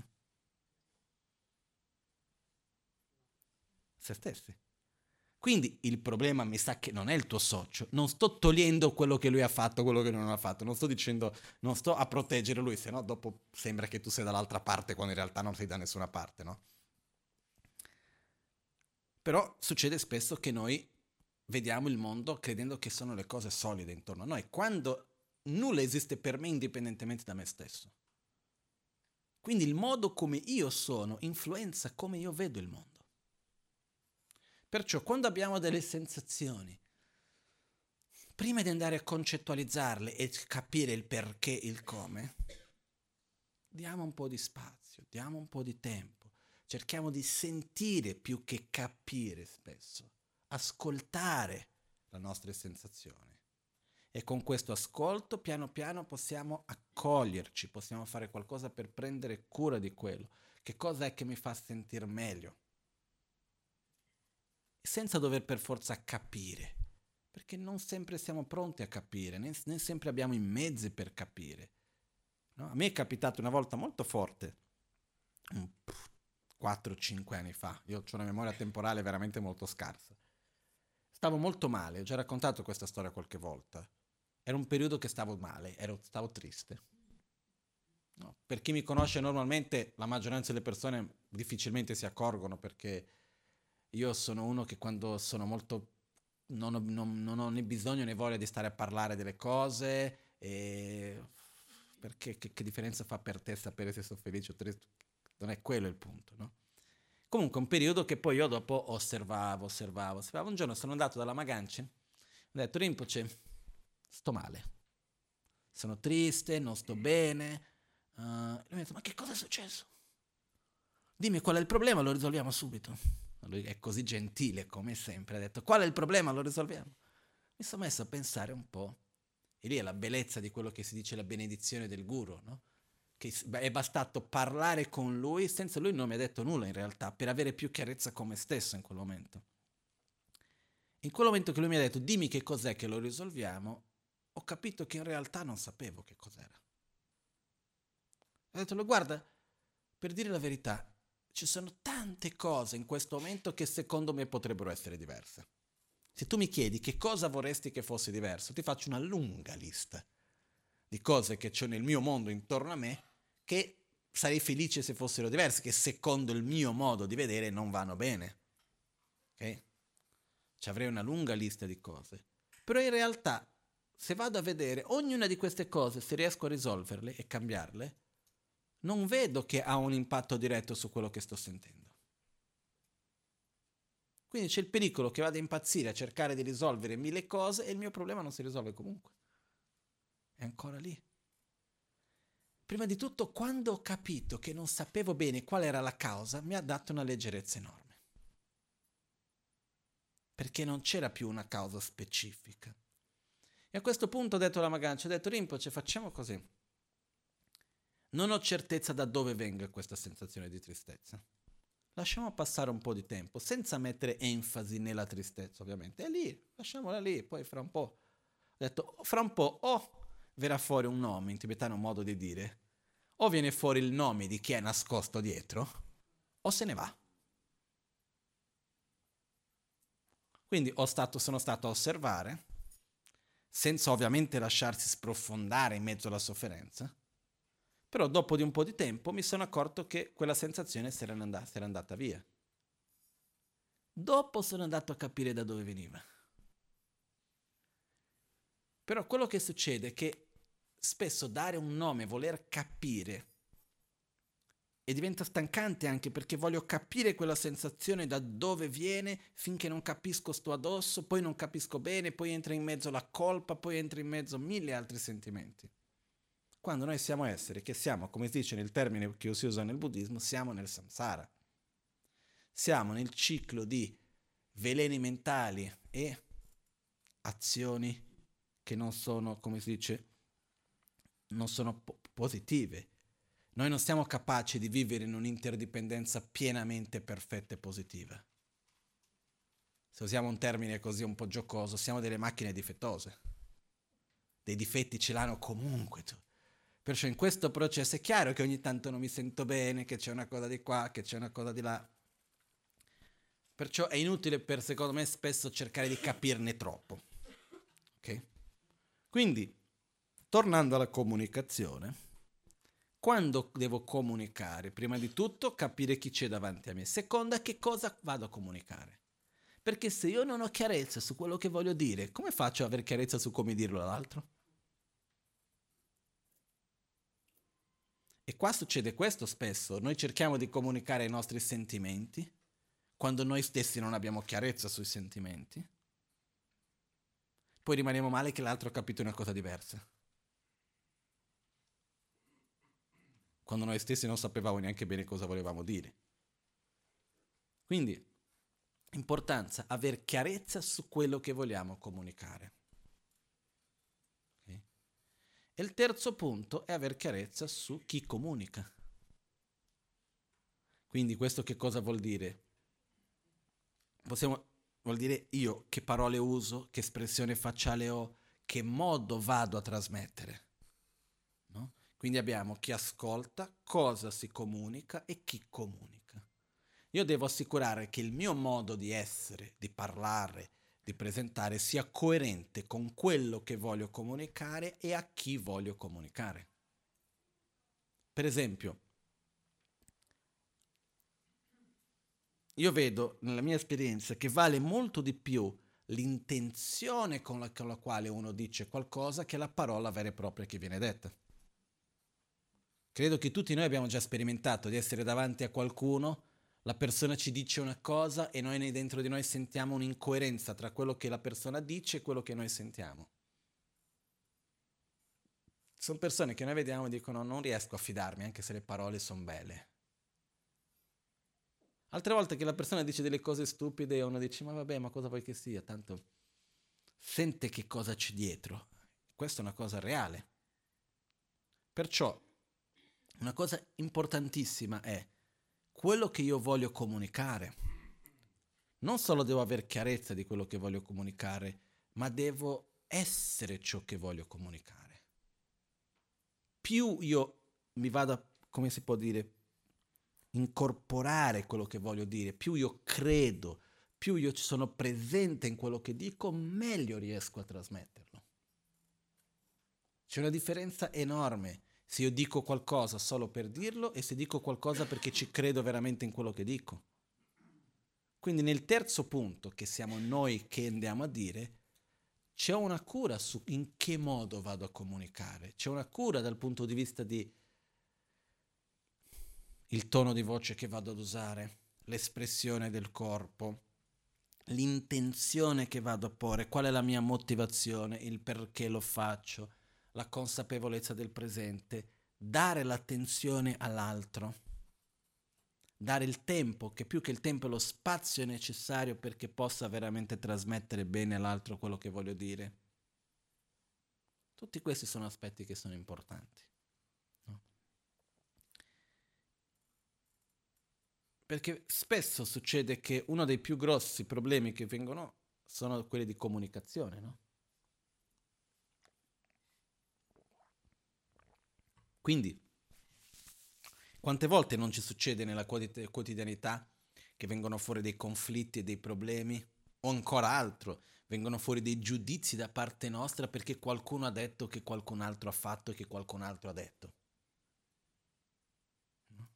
Se stessi. Quindi il problema mi sa che non è il tuo socio, non sto togliendo quello che lui ha fatto, quello che non ha fatto, non sto dicendo, non sto a proteggere lui, se no dopo sembra che tu sei dall'altra parte quando in realtà non sei da nessuna parte, no? Però succede spesso che noi vediamo il mondo credendo che sono le cose solide intorno a noi, quando nulla esiste per me indipendentemente da me stesso. Quindi il modo come io sono influenza come io vedo il mondo. Perciò quando abbiamo delle sensazioni, prima di andare a concettualizzarle e capire il perché, il come, diamo un po' di spazio, diamo un po' di tempo. Cerchiamo di sentire più che capire spesso, ascoltare le nostre sensazioni. E con questo ascolto, piano piano, possiamo accoglierci, possiamo fare qualcosa per prendere cura di quello. Che cosa è che mi fa sentire meglio? Senza dover per forza capire, perché non sempre siamo pronti a capire, né, né sempre abbiamo i mezzi per capire. No? A me è capitato una volta molto forte, un quattro cinque anni fa, io ho una memoria temporale veramente molto scarsa. Stavo molto male, ho già raccontato questa storia qualche volta. Era un periodo che stavo male, ero, stavo triste. No? Per chi mi conosce normalmente, la maggioranza delle persone difficilmente si accorgono perché io sono uno che quando sono molto... Non ho, non, non ho né bisogno né voglia di stare a parlare delle cose, e perché che, che differenza fa per te sapere se sono felice o triste? Non è quello il punto, no? Comunque un periodo che poi io dopo osservavo, osservavo, osservavo. Un giorno sono andato dalla Maganci, ho detto Rinpoche, sto male, sono triste, non sto bene. Uh, e lui mi ha detto, ma che cosa è successo? Dimmi qual è il problema, lo risolviamo subito. Lui è così gentile come sempre, ha detto qual è il problema, lo risolviamo. Mi sono messo a pensare un po', e lì è la bellezza di quello che si dice la benedizione del guru, no? Che è bastato parlare con lui, senza lui non mi ha detto nulla in realtà, per avere più chiarezza con me stesso in quel momento. In quel momento che lui mi ha detto dimmi che cos'è che lo risolviamo, ho capito che in realtà non sapevo che cos'era. Ho detto guarda, per dire la verità, ci sono tante cose in questo momento che secondo me potrebbero essere diverse. Se tu mi chiedi che cosa vorresti che fosse diverso, ti faccio una lunga lista di cose che c'ho nel mio mondo intorno a me che sarei felice se fossero diverse, che secondo il mio modo di vedere non vanno bene. Ok? Ci avrei una lunga lista di cose. Però in realtà, se vado a vedere ognuna di queste cose, se riesco a risolverle e cambiarle, non vedo che ha un impatto diretto su quello che sto sentendo. Quindi c'è il pericolo che vada a impazzire a cercare di risolvere mille cose e il mio problema non si risolve comunque. È ancora lì. Prima di tutto, quando ho capito che non sapevo bene qual era la causa, mi ha dato una leggerezza enorme. Perché non c'era più una causa specifica. E a questo punto ho detto alla Magancia, ho detto Rinpoche, facciamo così. Non ho certezza da dove venga questa sensazione di tristezza. Lasciamo passare un po' di tempo, senza mettere enfasi nella tristezza, ovviamente. È lì, lasciamola lì, poi fra un po'. Ho detto, fra un po' o verrà fuori un nome, in tibetano un modo di dire, o viene fuori il nome di chi è nascosto dietro, o se ne va. Quindi ho stato, sono stato a osservare, senza ovviamente lasciarsi sprofondare in mezzo alla sofferenza, però dopo di un po' di tempo mi sono accorto che quella sensazione si era andata, si era andata via. Dopo sono andato a capire da dove veniva. Però quello che succede è che spesso dare un nome, voler capire, e diventa stancante anche perché voglio capire quella sensazione da dove viene, finché non capisco sto addosso, poi non capisco bene, poi entra in mezzo la colpa, poi entra in mezzo mille altri sentimenti. Quando noi siamo esseri che siamo, come si dice nel termine che si usa nel buddismo, siamo nel samsara. Siamo nel ciclo di veleni mentali e azioni che non sono, come si dice, non sono po- positive. Noi non siamo capaci di vivere in un'interdipendenza pienamente perfetta e positiva. Se usiamo un termine così un po' giocoso, siamo delle macchine difettose. Dei difetti ce l'hanno comunque tu. Perciò in questo processo è chiaro che ogni tanto non mi sento bene, che c'è una cosa di qua, che c'è una cosa di là. Perciò è inutile per, secondo me, spesso cercare di capirne troppo. Ok? Quindi, tornando alla comunicazione, quando devo comunicare, prima di tutto capire chi c'è davanti a me, seconda che cosa vado a comunicare. Perché se io non ho chiarezza su quello che voglio dire, come faccio ad avere chiarezza su come dirlo all'altro? E qua succede questo spesso, noi cerchiamo di comunicare i nostri sentimenti, quando noi stessi non abbiamo chiarezza sui sentimenti, poi rimaniamo male che l'altro ha capito una cosa diversa. Quando noi stessi non sapevamo neanche bene cosa volevamo dire. Quindi, importanza, aver chiarezza su quello che vogliamo comunicare. Okay? E il terzo punto è aver chiarezza su chi comunica. Quindi questo che cosa vuol dire? Possiamo, vuol dire io che parole uso, che espressione facciale ho, che modo vado a trasmettere. No? Quindi abbiamo chi ascolta, cosa si comunica e chi comunica. Io devo assicurare che il mio modo di essere, di parlare, di presentare sia coerente con quello che voglio comunicare e a chi voglio comunicare. Per esempio, io vedo nella mia esperienza che vale molto di più l'intenzione con la, con la quale uno dice qualcosa che la parola vera e propria che viene detta. Credo che tutti noi abbiamo già sperimentato di essere davanti a qualcuno, la persona ci dice una cosa e noi dentro di noi sentiamo un'incoerenza tra quello che la persona dice e quello che noi sentiamo. Sono persone che noi vediamo e dicono non riesco a fidarmi anche se le parole sono belle. Altre volte che la persona dice delle cose stupide e uno dice ma vabbè, ma cosa vuoi che sia? Tanto sente che cosa c'è dietro. Questa è una cosa reale. Perciò una cosa importantissima è quello che io voglio comunicare. Non solo devo avere chiarezza di quello che voglio comunicare, ma devo essere ciò che voglio comunicare. Più io mi vado a, come si può dire, incorporare quello che voglio dire, più io credo, più io sono presente in quello che dico, meglio riesco a trasmetterlo. C'è una differenza enorme se io dico qualcosa solo per dirlo e se dico qualcosa perché ci credo veramente in quello che dico. Quindi nel terzo punto, che siamo noi che andiamo a dire, c'è una cura su in che modo vado a comunicare, c'è una cura dal punto di vista di il tono di voce che vado ad usare, l'espressione del corpo, l'intenzione che vado a porre, qual è la mia motivazione, il perché lo faccio, la consapevolezza del presente, dare l'attenzione all'altro, dare il tempo, che più che il tempo è lo spazio necessario perché possa veramente trasmettere bene all'altro quello che voglio dire. Tutti questi sono aspetti che sono importanti. No? Perché spesso succede che uno dei più grossi problemi che vengono sono quelli di comunicazione, no? Quindi, quante volte non ci succede nella quotidianità che vengono fuori dei conflitti e dei problemi, o ancora altro, vengono fuori dei giudizi da parte nostra perché qualcuno ha detto che qualcun altro ha fatto e che qualcun altro ha detto. No?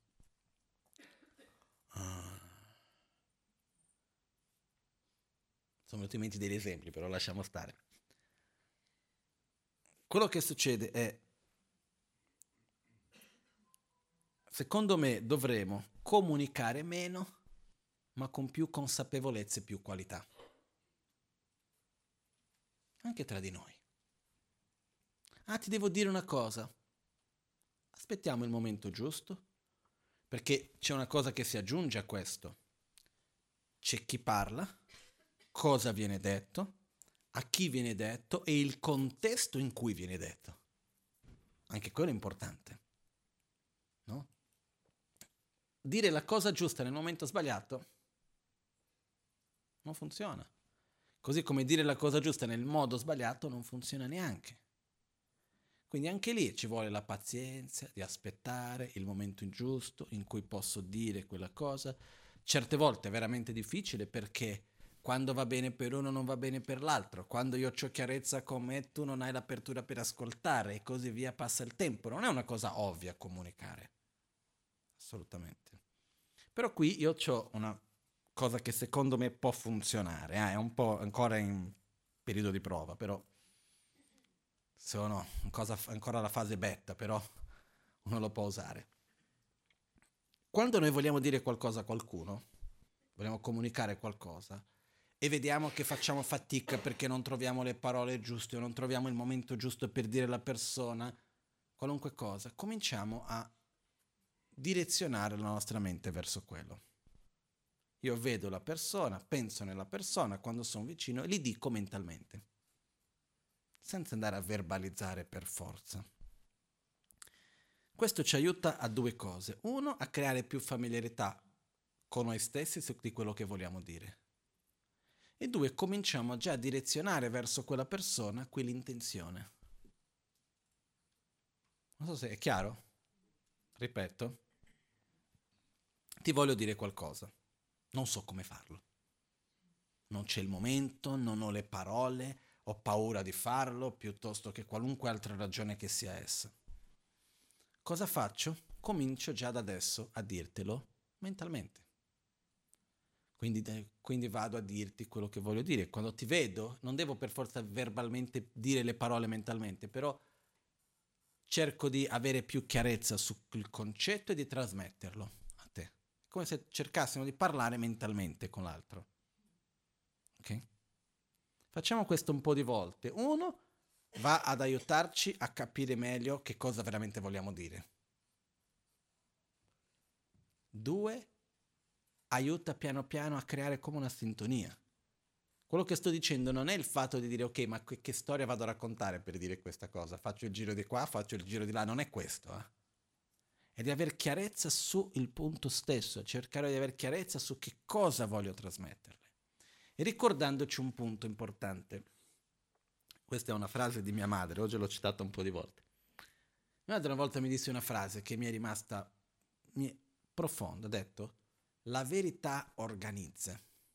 Ah. Sono venuti in mente degli esempi, però lasciamo stare. Quello che succede è, secondo me, dovremo comunicare meno, ma con più consapevolezza e più qualità. Anche tra di noi. Ah, ti devo dire una cosa. Aspettiamo il momento giusto, perché c'è una cosa che si aggiunge a questo. C'è chi parla, cosa viene detto, a chi viene detto e il contesto in cui viene detto. Anche quello è importante, no? Dire la cosa giusta nel momento sbagliato non funziona. Così come dire la cosa giusta nel modo sbagliato non funziona neanche. Quindi anche lì ci vuole la pazienza di aspettare il momento giusto in cui posso dire quella cosa. Certe volte è veramente difficile perché quando va bene per uno non va bene per l'altro. Quando io ho chiarezza con me tu non hai l'apertura per ascoltare e così via, passa il tempo. Non è una cosa ovvia comunicare. Assolutamente. Però qui io ho una cosa che secondo me può funzionare. Eh? È un po' ancora in periodo di prova, però sono cosa, ancora la fase beta, però uno lo può usare. Quando noi vogliamo dire qualcosa a qualcuno, vogliamo comunicare qualcosa, e vediamo che facciamo fatica perché non troviamo le parole giuste o non troviamo il momento giusto per dire alla persona qualunque cosa, cominciamo a direzionare la nostra mente verso quello. Io vedo la persona, penso nella persona quando sono vicino e gli dico mentalmente, senza andare a verbalizzare per forza. Questo ci aiuta a due cose. Uno, a creare più familiarità con noi stessi di quello che vogliamo dire. E due, cominciamo già a direzionare verso quella persona quell'intenzione. Non so se è chiaro. Ripeto. Ti voglio dire qualcosa. Non so come farlo. Non c'è il momento, non ho le parole, ho paura di farlo, piuttosto che qualunque altra ragione che sia essa. Cosa faccio? Comincio già da adesso a dirtelo mentalmente. Quindi, quindi vado a dirti quello che voglio dire. Quando ti vedo, non devo per forza verbalmente dire le parole mentalmente, però cerco di avere più chiarezza sul concetto e di trasmetterlo a te. Come se cercassimo di parlare mentalmente con l'altro. Ok? Facciamo questo un po' di volte. Uno va ad aiutarci a capire meglio che cosa veramente vogliamo dire. Due, aiuta piano piano a creare come una sintonia. Quello che sto dicendo non è il fatto di dire ok, ma che, che storia vado a raccontare per dire questa cosa? Faccio il giro di qua, faccio il giro di là, non è questo. Eh? È di aver chiarezza sul punto stesso, cercare di avere chiarezza su che cosa voglio trasmetterle. E ricordandoci un punto importante. Questa è una frase di mia madre, oggi l'ho citata un po' di volte. Mia madre una volta mi disse una frase che mi è rimasta mi, profonda, ha detto: la verità organizza.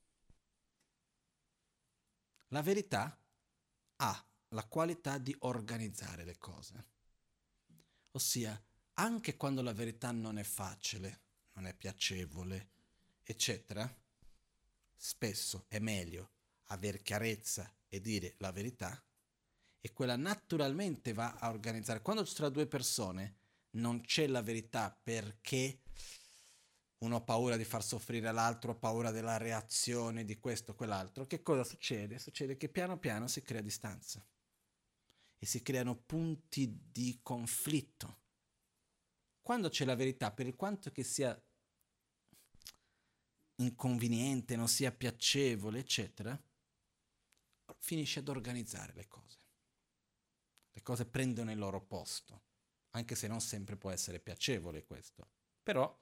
La verità ha la qualità di organizzare le cose. Ossia, anche quando la verità non è facile, non è piacevole, eccetera, spesso è meglio aver chiarezza e dire la verità, e quella naturalmente va a organizzare. Quando tra due persone non c'è la verità perché uno ha paura di far soffrire l'altro, ha paura della reazione di questo o quell'altro, che cosa succede? Succede che piano piano si crea distanza e si creano punti di conflitto. Quando c'è la verità, per quanto che sia inconveniente, non sia piacevole, eccetera, finisce ad organizzare le cose. Le cose prendono il loro posto, anche se non sempre può essere piacevole questo. Però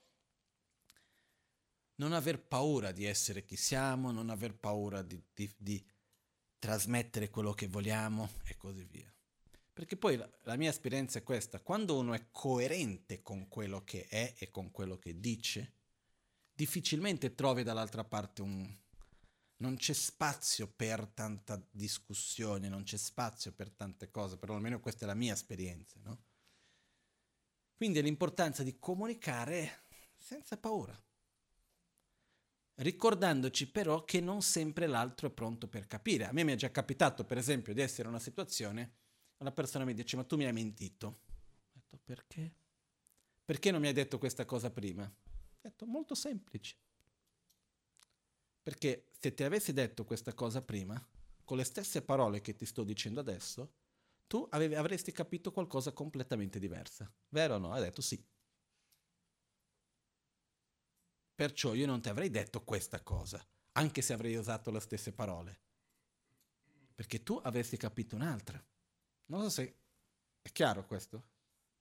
non aver paura di essere chi siamo, non aver paura di, di, di trasmettere quello che vogliamo e così via. Perché poi la, la mia esperienza è questa: quando uno è coerente con quello che è e con quello che dice, difficilmente trovi dall'altra parte un... non c'è spazio per tanta discussione, non c'è spazio per tante cose, però almeno questa è la mia esperienza, no? Quindi è l'importanza di comunicare senza paura, ricordandoci però che non sempre l'altro è pronto per capire. A me mi è già capitato, per esempio, di essere in una situazione, una persona mi dice: ma tu mi hai mentito. Ho detto: perché? Perché non mi hai detto questa cosa prima? Ho detto: molto semplice. Perché se ti avessi detto questa cosa prima, con le stesse parole che ti sto dicendo adesso, tu avevi, avresti capito qualcosa completamente diversa. Vero o no? Hai detto sì. Perciò io non ti avrei detto questa cosa, anche se avrei usato le stesse parole. Perché tu avresti capito un'altra. Non so se è chiaro questo.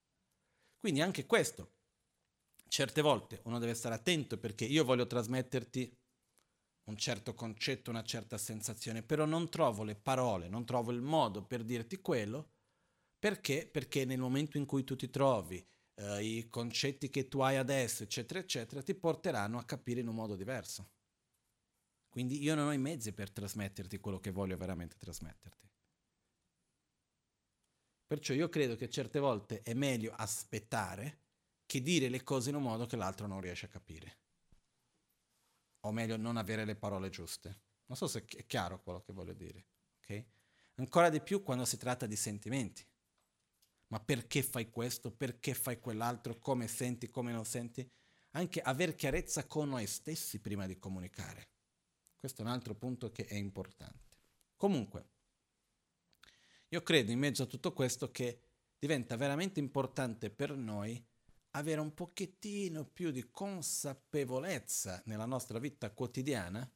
Quindi anche questo, certe volte uno deve stare attento perché io voglio trasmetterti un certo concetto, una certa sensazione, però non trovo le parole, non trovo il modo per dirti quello, perché? Perché nel momento in cui tu ti trovi, eh, i concetti che tu hai adesso, eccetera, eccetera, ti porteranno a capire in un modo diverso. Quindi io non ho i mezzi per trasmetterti quello che voglio veramente trasmetterti. Perciò io credo che certe volte è meglio aspettare che dire le cose in un modo che l'altro non riesce a capire. O meglio, non avere le parole giuste. Non so se è chiaro quello che voglio dire. Okay? Ancora di più quando si tratta di sentimenti. Ma perché fai questo? Perché fai quell'altro? Come senti? Come non senti? Anche aver chiarezza con noi stessi prima di comunicare. Questo è un altro punto che è importante. Comunque, io credo in mezzo a tutto questo che diventa veramente importante per noi avere un pochettino più di consapevolezza nella nostra vita quotidiana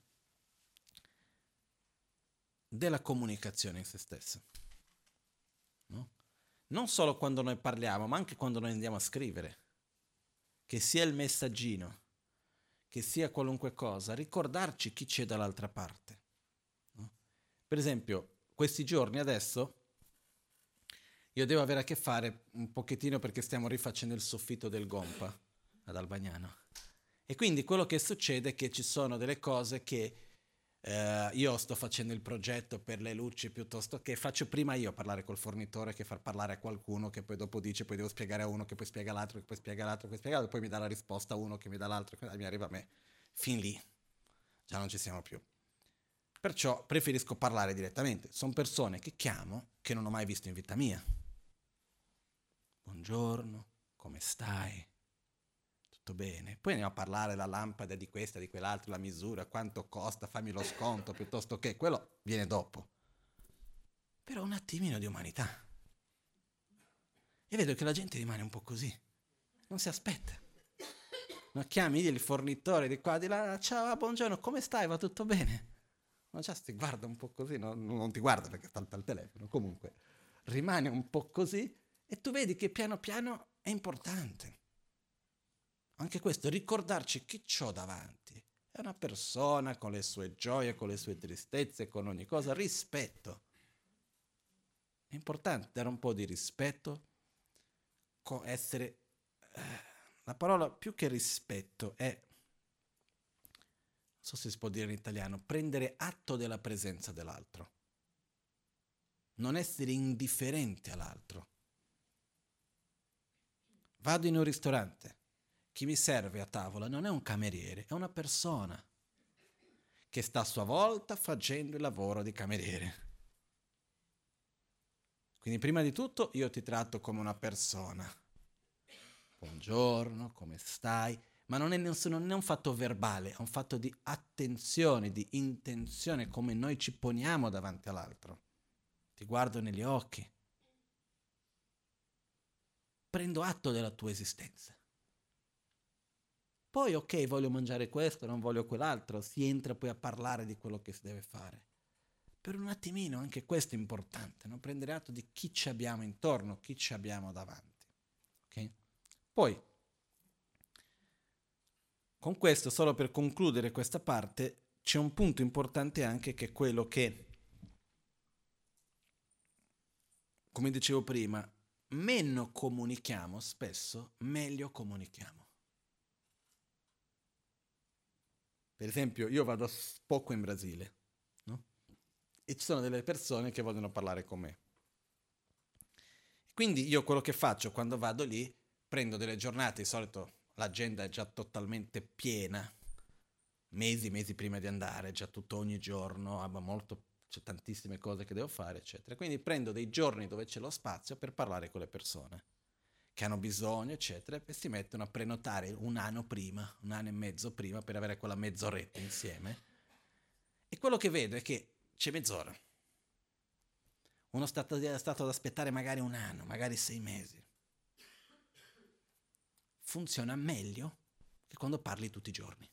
della comunicazione in se stessa. No? Non solo quando noi parliamo, ma anche quando noi andiamo a scrivere. Che sia il messaggino, che sia qualunque cosa, ricordarci chi c'è dall'altra parte. No? Per esempio, questi giorni adesso io devo avere a che fare un pochettino perché stiamo rifacendo il soffitto del Gompa ad Albagnano. E quindi quello che succede è che ci sono delle cose che eh, io sto facendo il progetto per le luci piuttosto che faccio prima io parlare col fornitore che far parlare a qualcuno che poi dopo dice, poi devo spiegare a uno che poi spiega all'altro, che poi spiega all'altro, che poi spiega all'altro, poi mi dà la risposta a uno che mi dà l'altro, che mi arriva a me. Fin lì. Già non ci siamo più. Perciò preferisco parlare direttamente. Sono persone che chiamo che non ho mai visto in vita mia. Buongiorno, come stai? Tutto bene? Poi andiamo a parlare della lampada, di questa, di quell'altra, la misura, quanto costa, fammi lo sconto, piuttosto che quello viene dopo. Però un attimino di umanità. E vedo che la gente rimane un po' così. Non si aspetta. Non chiami il fornitore di qua, di là, ciao, buongiorno, come stai? Va tutto bene? Ma già ti guarda un po' così, no? Non ti guarda perché sta al telefono, comunque rimane un po' così e tu vedi che piano piano è importante. Anche questo, ricordarci chi c'ho davanti. È una persona con le sue gioie, con le sue tristezze, con ogni cosa, rispetto. È importante dare un po' di rispetto, essere... Eh, la parola più che rispetto è, non so se si può dire in italiano, prendere atto della presenza dell'altro. Non essere indifferente all'altro. Vado in un ristorante, chi mi serve a tavola non è un cameriere, è una persona che sta a sua volta facendo il lavoro di cameriere. Quindi prima di tutto io ti tratto come una persona. Buongiorno, come stai? Ma non è, non è un fatto verbale, è un fatto di attenzione, di intenzione, come noi ci poniamo davanti all'altro. Ti guardo negli occhi. Prendo atto della tua esistenza. Poi ok, voglio mangiare questo, non voglio quell'altro, si entra poi a parlare di quello che si deve fare. Per un attimino anche questo è importante, no? Prendere atto di chi ci abbiamo intorno, chi ci abbiamo davanti. Okay? Poi, con questo, solo per concludere questa parte, c'è un punto importante anche che è quello che, come dicevo prima, meno comunichiamo spesso, meglio comunichiamo. Per esempio, io vado poco in Brasile, no? E ci sono delle persone che vogliono parlare con me. Quindi io quello che faccio quando vado lì, prendo delle giornate, di solito l'agenda è già totalmente piena, mesi, mesi prima di andare, già tutto ogni giorno, molto, c'è tantissime cose che devo fare, eccetera. Quindi prendo dei giorni dove c'è lo spazio per parlare con le persone che hanno bisogno, eccetera, e si mettono a prenotare un anno prima, un anno e mezzo prima, per avere quella mezz'oretta insieme. E quello che vedo è che c'è mezz'ora. Uno è stato, è stato ad aspettare magari un anno, magari sei mesi. Funziona meglio che quando parli tutti i giorni.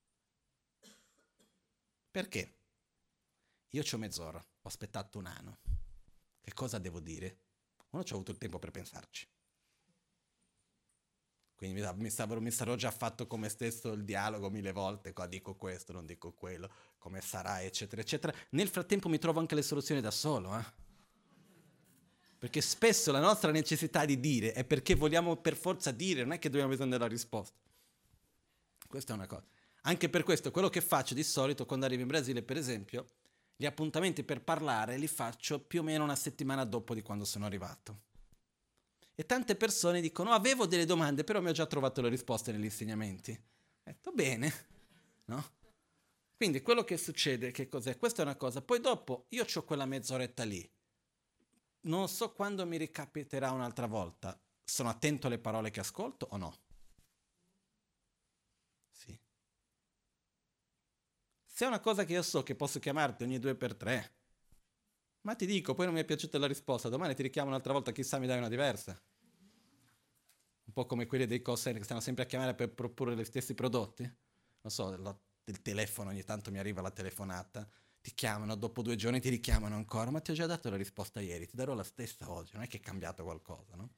Perché? Io c'ho mezz'ora, ho aspettato un anno. Che cosa devo dire? Uno c'ho avuto il tempo per pensarci. Quindi mi, mi, sarò, mi sarò già fatto come stesso il dialogo mille volte, qua dico questo, non dico quello, come sarà, eccetera, eccetera. Nel frattempo mi trovo anche le soluzioni da solo, eh? Perché spesso la nostra necessità di dire è perché vogliamo per forza dire, non è che dobbiamo bisogno della risposta. Questa è una cosa. Anche per questo, quello che faccio di solito quando arrivo in Brasile, per esempio, gli appuntamenti per parlare li faccio più o meno una settimana dopo di quando sono arrivato. E tante persone dicono, avevo delle domande, però mi ho già trovato le risposte negli insegnamenti. Ho detto, bene, no? Quindi quello che succede, che cos'è? Questa è una cosa. Poi dopo, io ho quella mezz'oretta lì. Non so quando mi ricapiterà un'altra volta. Sono attento alle parole che ascolto o no? Sì. Se è una cosa che io so che posso chiamarti ogni due per tre, ma ti dico, poi non mi è piaciuta la risposta, domani ti richiamo un'altra volta, chissà mi dai una diversa. Un po' come quelli dei call center che stanno sempre a chiamare per proporre gli stessi prodotti. Non so, la, del telefono, ogni tanto mi arriva la telefonata, ti chiamano, dopo due giorni ti richiamano ancora, ma ti ho già dato la risposta ieri, ti darò la stessa oggi, non è che è cambiato qualcosa, no?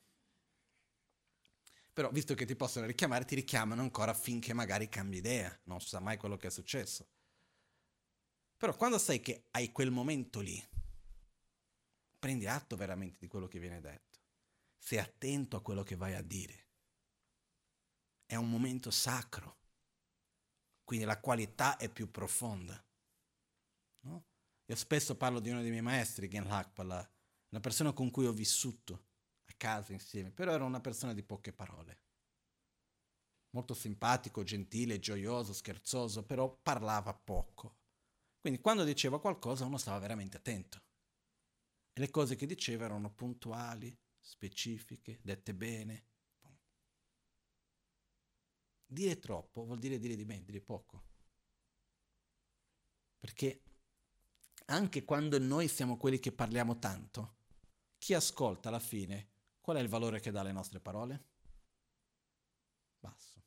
Però visto che ti possono richiamare, ti richiamano ancora finché magari cambi idea, non sa mai quello che è successo. Però quando sai che hai quel momento lì, prendi atto veramente di quello che viene detto. Sei attento a quello che vai a dire. È un momento sacro. Quindi la qualità è più profonda. No? Io spesso parlo di uno dei miei maestri, Gen Lakpala, una persona con cui ho vissuto a casa insieme, però era una persona di poche parole. Molto simpatico, gentile, gioioso, scherzoso, però parlava poco. Quindi quando diceva qualcosa uno stava veramente attento. E le cose che diceva erano puntuali, specifiche, dette bene. Dire troppo vuol dire dire di meno, dire poco. Perché anche quando noi siamo quelli che parliamo tanto, chi ascolta alla fine, qual è il valore che dà alle nostre parole? Basso.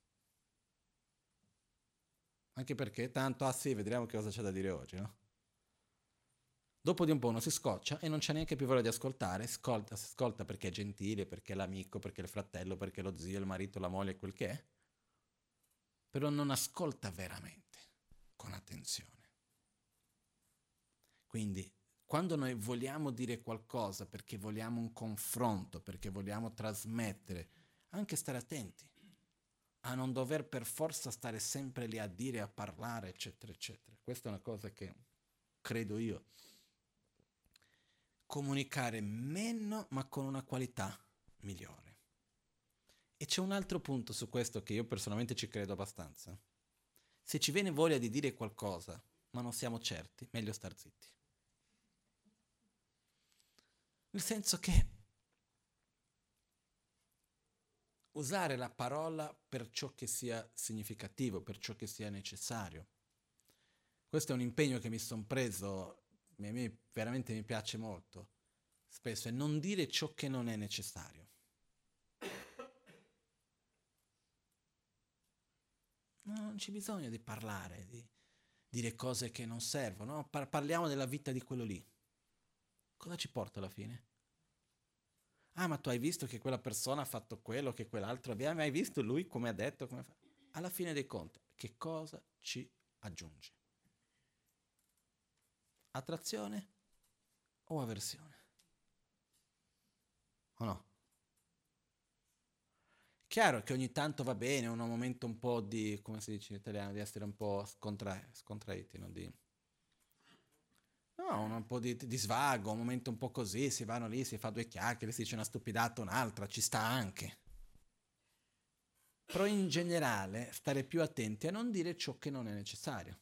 Anche perché tanto, ah sì, vedremo che cosa c'è da dire oggi, no? Dopo di un po' uno si scoccia e non c'è neanche più voglia di ascoltare, ascolta, si ascolta perché è gentile, perché è l'amico, perché è il fratello, perché è lo zio, il marito, la moglie, quel che è, però non ascolta veramente, con attenzione. Quindi, quando noi vogliamo dire qualcosa perché vogliamo un confronto, perché vogliamo trasmettere, anche stare attenti a non dover per forza stare sempre lì a dire, a parlare, eccetera, eccetera. Questa è una cosa che credo io. Comunicare meno ma con una qualità migliore. E c'è un altro punto su questo che io personalmente ci credo abbastanza. Se ci viene voglia di dire qualcosa ma non siamo certi, meglio star zitti. Nel senso che usare la parola per ciò che sia significativo, per ciò che sia necessario. Questo è un impegno che mi sono preso, a me veramente mi piace molto, spesso, è non dire ciò che non è necessario. No, non c'è bisogno di parlare, di dire cose che non servono, no? Par- parliamo della vita di quello lì. Cosa ci porta alla fine? Ah, ma tu hai visto che quella persona ha fatto quello, che quell'altro aveva, ma hai visto lui come ha detto? Come fa? Alla fine dei conti, che cosa ci aggiunge? Attrazione o avversione? O no? Chiaro che ogni tanto va bene, un momento un po' di, come si dice in italiano, di essere un po' scontra- scontraiti, no? Di, no, un po' di, di svago, un momento un po' così, si vanno lì, si fa due chiacchiere, si dice una stupidata, un'altra, ci sta anche. Però in generale stare più attenti a non dire ciò che non è necessario.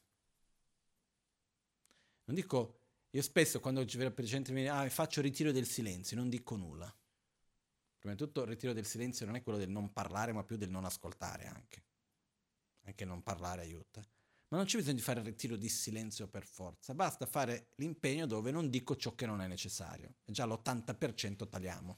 Non dico, io spesso quando per gente mi dice, ah, faccio ritiro del silenzio, non dico nulla. Prima di tutto il ritiro del silenzio non è quello del non parlare, ma più del non ascoltare anche. Anche non parlare aiuta. Ma non c'è bisogno di fare il ritiro di silenzio per forza, basta fare l'impegno dove non dico ciò che non è necessario. E già l'ottanta per cento tagliamo.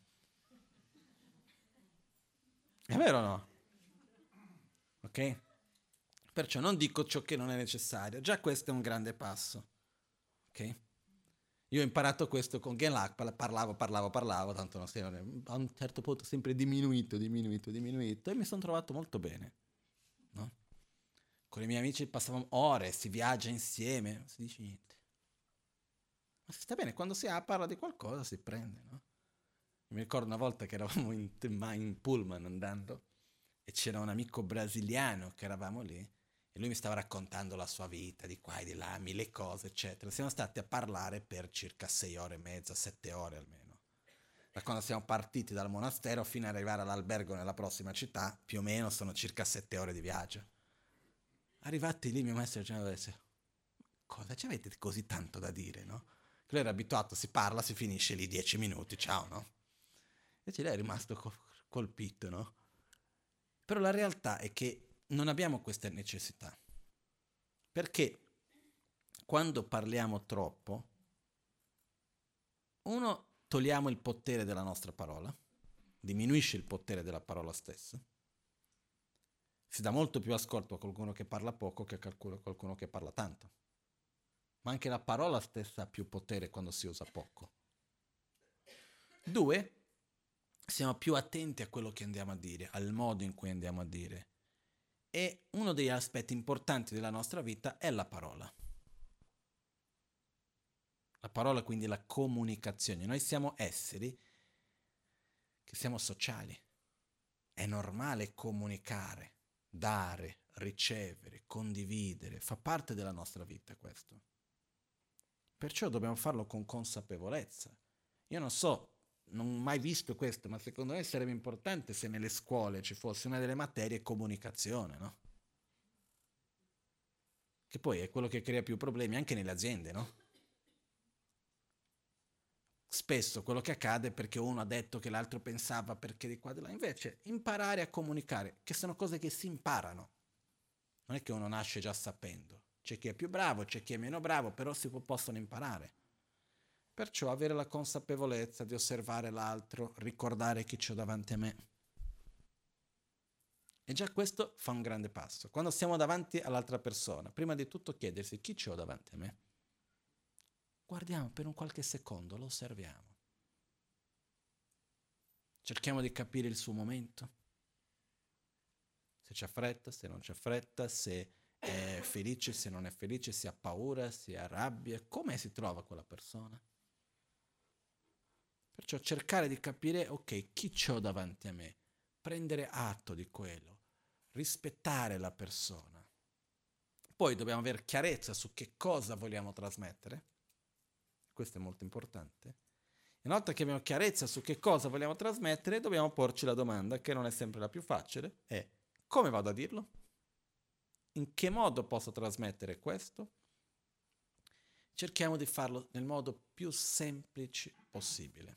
È vero o no? Ok? Perciò non dico ciò che non è necessario. Già questo è un grande passo. Ok? Io ho imparato questo con Genlach, parlavo, parlavo, parlavo, tanto non sei, a un certo punto sempre diminuito, diminuito, diminuito, e mi sono trovato molto bene, no? Con i miei amici passavamo ore, si viaggia insieme, non si dice niente. Ma si sta bene, quando si ha, parla di qualcosa, si prende, no? Mi ricordo una volta che eravamo in, in pullman andando e c'era un amico brasiliano che eravamo lì e lui mi stava raccontando la sua vita di qua e di là, mille cose, eccetera. Siamo stati a parlare per circa sei ore e mezza, sette ore almeno. Da quando siamo partiti dal monastero fino ad arrivare all'albergo nella prossima città, più o meno sono circa sette ore di viaggio. Arrivati lì, mio maestro diceva, cosa ci avete così tanto da dire, no? Lui era abituato, si parla, si finisce lì dieci minuti, ciao, no? Invece lei è rimasto colpito, no? Però la realtà è che non abbiamo questa necessità. Perché quando parliamo troppo, uno, togliamo il potere della nostra parola, diminuisce il potere della parola stessa, si dà molto più ascolto a qualcuno che parla poco che a qualcuno che parla tanto. Ma anche la parola stessa ha più potere quando si usa poco. Due, siamo più attenti a quello che andiamo a dire, al modo in cui andiamo a dire. E uno degli aspetti importanti della nostra vita è la parola. La parola quindi è la comunicazione. Noi siamo esseri che siamo sociali. È normale comunicare, dare, ricevere, condividere. Fa parte della nostra vita questo. Perciò dobbiamo farlo con consapevolezza. Io non so, non ho mai visto questo, ma secondo me sarebbe importante se nelle scuole ci fosse una delle materie comunicazione, no? Che poi è quello che crea più problemi anche nelle aziende, no? Spesso quello che accade è perché uno ha detto che l'altro pensava perché di qua e di là. Invece imparare a comunicare, che sono cose che si imparano. Non è che uno nasce già sapendo. C'è chi è più bravo, c'è chi è meno bravo, però si possono imparare. Perciò avere la consapevolezza di osservare l'altro, ricordare chi c'ho davanti a me. E già questo fa un grande passo. Quando siamo davanti all'altra persona, prima di tutto chiedersi chi c'ho davanti a me. Guardiamo per un qualche secondo, lo osserviamo. Cerchiamo di capire il suo momento. Se c'è fretta, se non c'è fretta, se è felice, se non è felice, se ha paura, se ha rabbia, come si trova quella persona. Perciò cercare di capire, ok, chi c'ho davanti a me, prendere atto di quello, rispettare la persona. Poi dobbiamo avere chiarezza su che cosa vogliamo trasmettere. Questo è molto importante. E una volta che abbiamo chiarezza su che cosa vogliamo trasmettere, dobbiamo porci la domanda, che non è sempre la più facile, è come vado a dirlo? In che modo posso trasmettere questo? Cerchiamo di farlo nel modo più semplice possibile.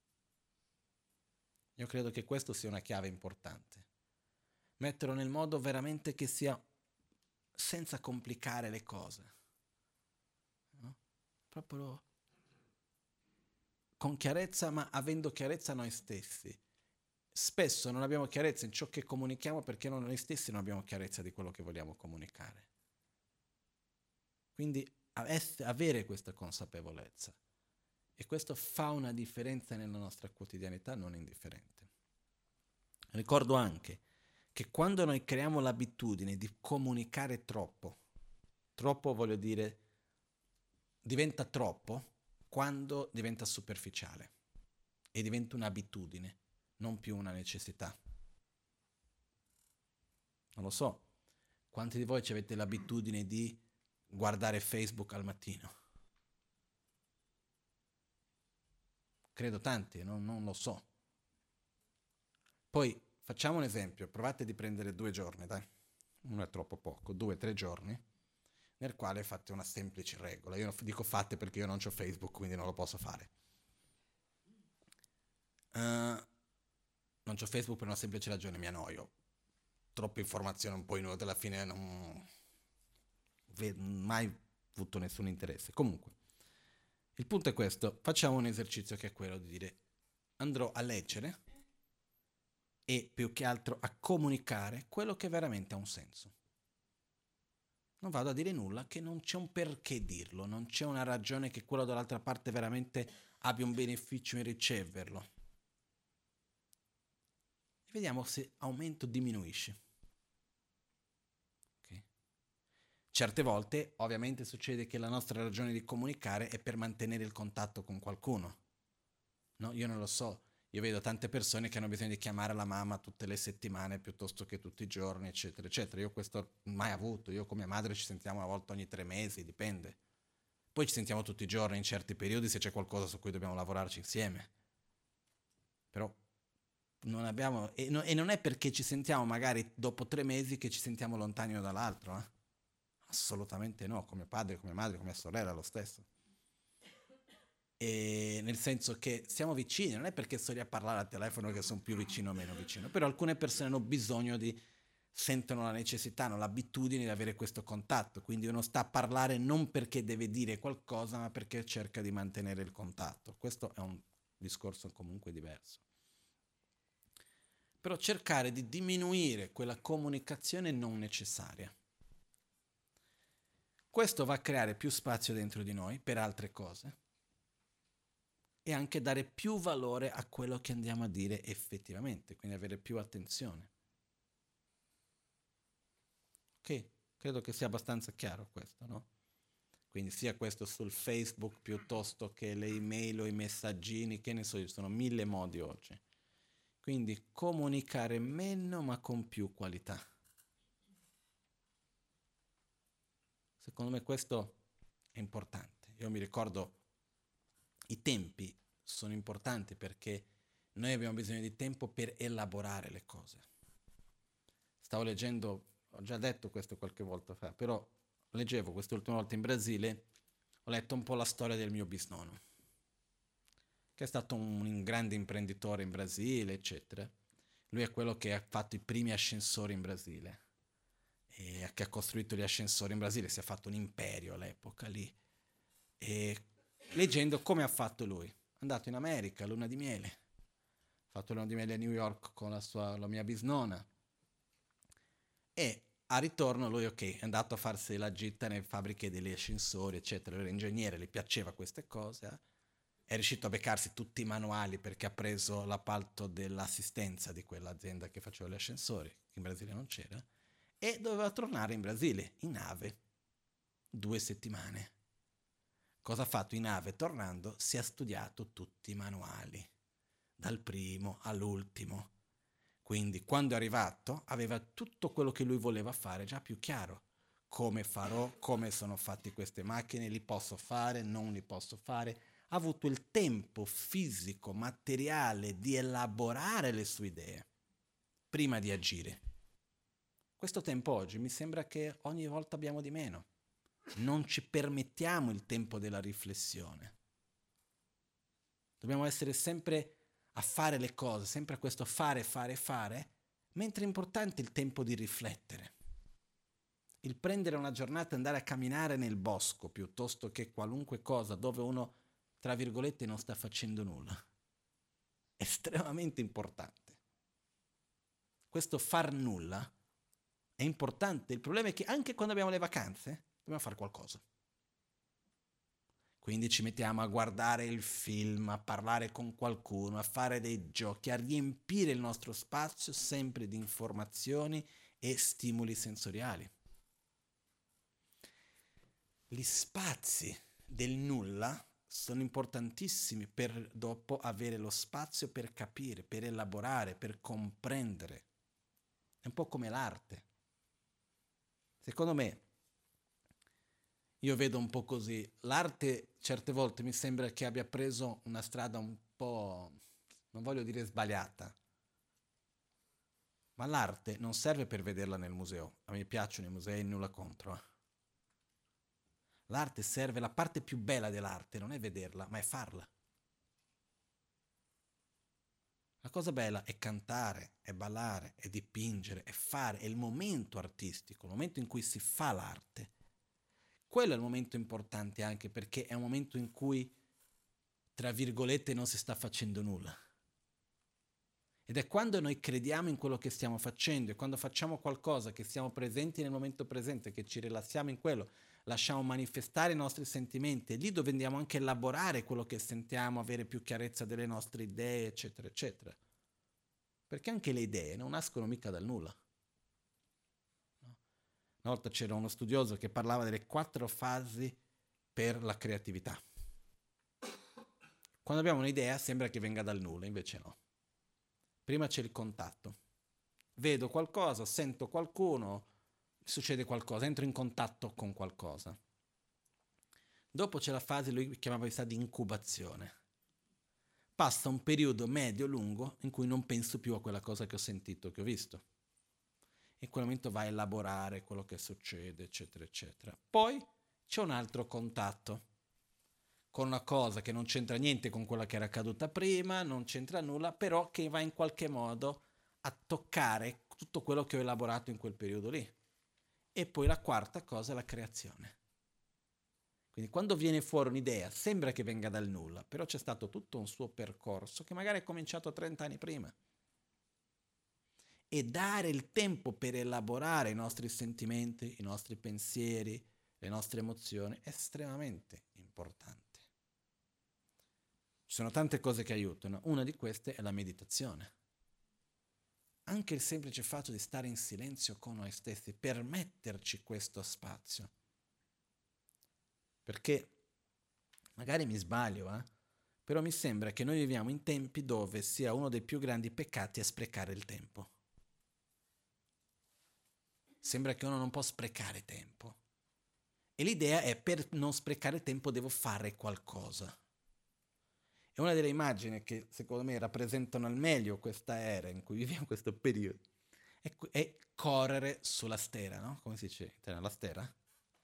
Io credo che questo sia una chiave importante. Metterlo nel modo veramente che sia senza complicare le cose. No? Proprio con chiarezza, ma avendo chiarezza noi stessi. Spesso non abbiamo chiarezza in ciò che comunichiamo perché noi stessi non abbiamo chiarezza di quello che vogliamo comunicare. Quindi avere questa consapevolezza. E questo fa una differenza nella nostra quotidianità non indifferente. Ricordo anche che quando noi creiamo l'abitudine di comunicare troppo, troppo voglio dire, diventa troppo quando diventa superficiale e diventa un'abitudine, non più una necessità. Non lo so, quanti di voi avete l'abitudine di guardare Facebook al mattino? Credo tanti, non, non lo so. Poi facciamo un esempio, provate di prendere due giorni, dai, uno è troppo poco, due, tre giorni, nel quale fate una semplice regola. Io dico fate perché io non ho Facebook, quindi non lo posso fare. Uh, non ho Facebook per una semplice ragione, mi annoio. Troppe informazioni un po' inutili, alla fine non ho mai avuto nessun interesse. Comunque, il punto è questo, facciamo un esercizio che è quello di dire andrò a leggere e più che altro a comunicare quello che veramente ha un senso. Non vado a dire nulla, che non c'è un perché dirlo, non c'è una ragione che quello dall'altra parte veramente abbia un beneficio in riceverlo. E vediamo se aumenta o diminuisce. Okay. Certe volte, ovviamente, succede che la nostra ragione di comunicare è per mantenere il contatto con qualcuno. No, io non lo so. Io vedo tante persone che hanno bisogno di chiamare la mamma tutte le settimane piuttosto che tutti i giorni, eccetera, eccetera. Io questo mai avuto. Io con mia madre ci sentiamo una volta ogni tre mesi, dipende. Poi ci sentiamo tutti i giorni in certi periodi se c'è qualcosa su cui dobbiamo lavorarci insieme. Però non abbiamo... E, no, e non è perché ci sentiamo magari dopo tre mesi che ci sentiamo lontani uno dall'altro, eh? Assolutamente no, come padre, come madre, come sorella, lo stesso. E nel senso che siamo vicini, non è perché sto lì a parlare al telefono che sono più vicino o meno vicino, però alcune persone hanno bisogno di, sentono la necessità, hanno l'abitudine di avere questo contatto, quindi uno sta a parlare non perché deve dire qualcosa, ma perché cerca di mantenere il contatto. Questo è un discorso comunque diverso. Però cercare di diminuire quella comunicazione non necessaria. Questo va a creare più spazio dentro di noi per altre cose e anche dare più valore a quello che andiamo a dire effettivamente, quindi avere più attenzione. Ok, credo che sia abbastanza chiaro questo, no? Quindi sia questo sul Facebook piuttosto che le email o i messaggini, che ne so, ci sono mille modi oggi. Quindi comunicare meno ma con più qualità. Secondo me questo è importante. Io mi ricordo i tempi sono importanti perché noi abbiamo bisogno di tempo per elaborare le cose. Stavo leggendo, ho già detto questo qualche volta fa, però leggevo quest'ultima volta in Brasile, ho letto un po' la storia del mio bisnonno, che è stato un grande imprenditore in Brasile, eccetera. Lui è quello che ha fatto i primi ascensori in Brasile, e che ha costruito gli ascensori in Brasile, si è fatto un imperio all'epoca lì. E leggendo come ha fatto lui, è andato in America, luna di miele, ha fatto luna di miele a New York con la, sua, la mia bisnonna, e a ritorno lui, ok, è andato a farsi la gita nelle fabbriche degli ascensori, eccetera, lui era ingegnere, gli piaceva queste cose, eh? È riuscito a beccarsi tutti i manuali perché ha preso l'appalto dell'assistenza di quell'azienda che faceva gli ascensori, che in Brasile non c'era, e doveva tornare in Brasile, in nave, due settimane. Cosa ha fatto in nave tornando? Si è studiato tutti i manuali, dal primo all'ultimo. Quindi quando è arrivato aveva tutto quello che lui voleva fare già più chiaro. Come farò, come sono fatte queste macchine, li posso fare, non li posso fare. Ha avuto il tempo fisico, materiale di elaborare le sue idee prima di agire. Questo tempo oggi mi sembra che ogni volta abbiamo di meno. Non ci permettiamo il tempo della riflessione. Dobbiamo essere sempre a fare le cose, sempre a questo fare, fare, fare, mentre è importante il tempo di riflettere. Il prendere una giornata e andare a camminare nel bosco piuttosto che qualunque cosa dove uno, tra virgolette, non sta facendo nulla. È estremamente importante. Questo far nulla è importante. Il problema è che anche quando abbiamo le vacanze dobbiamo fare qualcosa. Quindi ci mettiamo a guardare il film, a parlare con qualcuno, a fare dei giochi, a riempire il nostro spazio sempre di informazioni e stimoli sensoriali. Gli spazi del nulla sono importantissimi per dopo avere lo spazio per capire, per elaborare, per comprendere. È un po' come l'arte. Secondo me, io vedo un po' così, l'arte certe volte mi sembra che abbia preso una strada un po', non voglio dire sbagliata, ma l'arte non serve per vederla nel museo. A me piacciono i musei, nulla contro. L'arte serve, la parte più bella dell'arte non è vederla, ma è farla. La cosa bella è cantare, è ballare, è dipingere, è fare, è il momento artistico, il momento in cui si fa l'arte. Quello è il momento importante anche perché è un momento in cui, tra virgolette, non si sta facendo nulla. Ed è quando noi crediamo in quello che stiamo facendo e quando facciamo qualcosa, che siamo presenti nel momento presente, che ci rilassiamo in quello, lasciamo manifestare i nostri sentimenti, è lì dove andiamo anche a elaborare quello che sentiamo, avere più chiarezza delle nostre idee, eccetera, eccetera. Perché anche le idee non nascono mica dal nulla. No? Una volta c'era uno studioso che parlava delle quattro fasi per la creatività. Quando abbiamo un'idea sembra che venga dal nulla, invece no. Prima c'è il contatto. Vedo qualcosa, sento qualcuno, succede qualcosa, entro in contatto con qualcosa. Dopo c'è la fase, lui chiamava questa di incubazione. Passa un periodo medio-lungo in cui non penso più a quella cosa che ho sentito, che ho visto. In quel momento va a elaborare quello che succede, eccetera, eccetera. Poi c'è un altro contatto con una cosa che non c'entra niente con quella che era accaduta prima, non c'entra nulla, però che va in qualche modo a toccare tutto quello che ho elaborato in quel periodo lì. E poi la quarta cosa è la creazione. Quindi quando viene fuori un'idea, sembra che venga dal nulla, però c'è stato tutto un suo percorso che magari è cominciato trenta anni prima. E dare il tempo per elaborare i nostri sentimenti, i nostri pensieri, le nostre emozioni è estremamente importante. Ci sono tante cose che aiutano, una di queste è la meditazione. Anche il semplice fatto di stare in silenzio con noi stessi, permetterci questo spazio. Perché, magari mi sbaglio, eh? Però mi sembra che noi viviamo in tempi dove sia uno dei più grandi peccati è sprecare il tempo. Sembra che uno non può sprecare tempo. E l'idea è, per non sprecare tempo devo fare qualcosa. E una delle immagini che secondo me rappresentano al meglio questa era in cui viviamo questo periodo è, è correre sulla stera, no? Come si dice? La stera?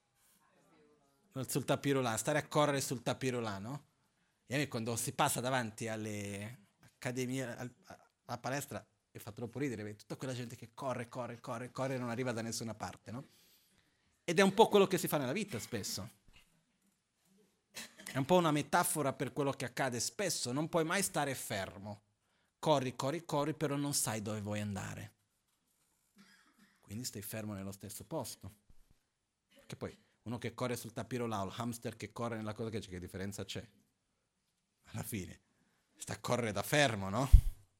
Sul tapirulano, stare a correre sul tapirulano. E a me quando si passa davanti alle accademie, al, alla palestra, mi fa troppo ridere, vedi? Tutta quella gente che corre, corre, corre, corre e non arriva da nessuna parte, no? Ed è un po' quello che si fa nella vita spesso. È un po' una metafora per quello che accade spesso, non puoi mai stare fermo. Corri, corri, corri, però non sai dove vuoi andare. Quindi stai fermo nello stesso posto. Che poi uno che corre sul tapirulano, il hamster che corre nella cosa, che, c'è, che differenza c'è? Alla fine sta a correre da fermo, no?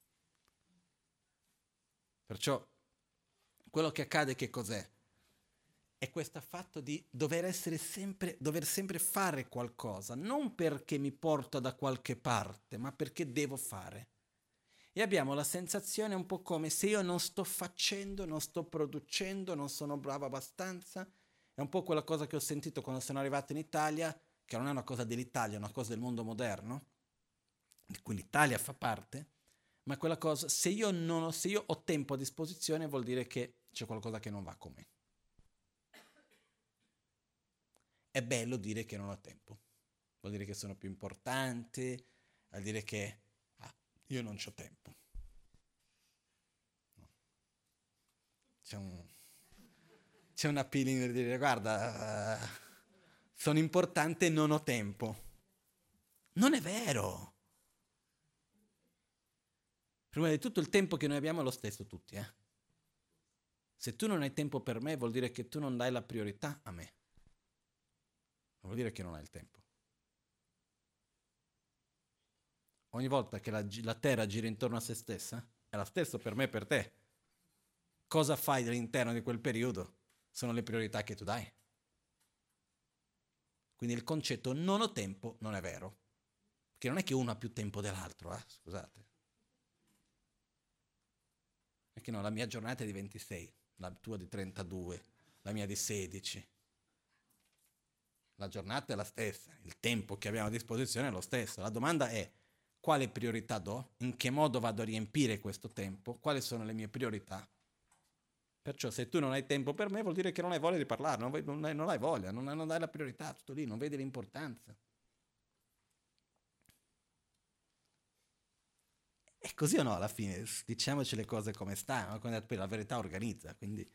Perciò quello che accade che cos'è? È questo fatto di dover essere sempre, dover sempre fare qualcosa, non perché mi porta da qualche parte, ma perché devo fare. E abbiamo la sensazione un po' come se io non sto facendo, non sto producendo, non sono bravo abbastanza. È un po' quella cosa che ho sentito quando sono arrivato in Italia, che non è una cosa dell'Italia, è una cosa del mondo moderno, di cui l'Italia fa parte, ma quella cosa, se io, non ho, se io ho tempo a disposizione vuol dire che c'è qualcosa che non va con me. È bello dire che non ho tempo, vuol dire che sono più importante, vuol dire che ah, io non c'ho tempo. No. C'è un, c'è un appealing per dire guarda, uh, sono importante e non ho tempo. Non è vero. Prima di tutto il tempo che noi abbiamo è lo stesso tutti, eh. Se tu non hai tempo per me vuol dire che tu non dai la priorità a me. Non vuol dire che non hai il tempo. Ogni volta che la, la Terra gira intorno a se stessa, è la stessa per me e per te. Cosa fai all'interno di quel periodo? Sono le priorità che tu dai. Quindi il concetto non ho tempo non è vero. Perché non è che uno ha più tempo dell'altro, eh? Scusate. È che no, la mia giornata è di ventisei, la tua di trentadue, la mia di sedici. La giornata è la stessa, il tempo che abbiamo a disposizione è lo stesso. La domanda è quale priorità do, in che modo vado a riempire questo tempo, quali sono le mie priorità. Perciò se tu non hai tempo per me vuol dire che non hai voglia di parlare, non, non, hai, non hai voglia, non, non dai la priorità, tutto lì, non vedi l'importanza. È così o no alla fine? Diciamoci le cose come stanno, la verità organizza, quindi...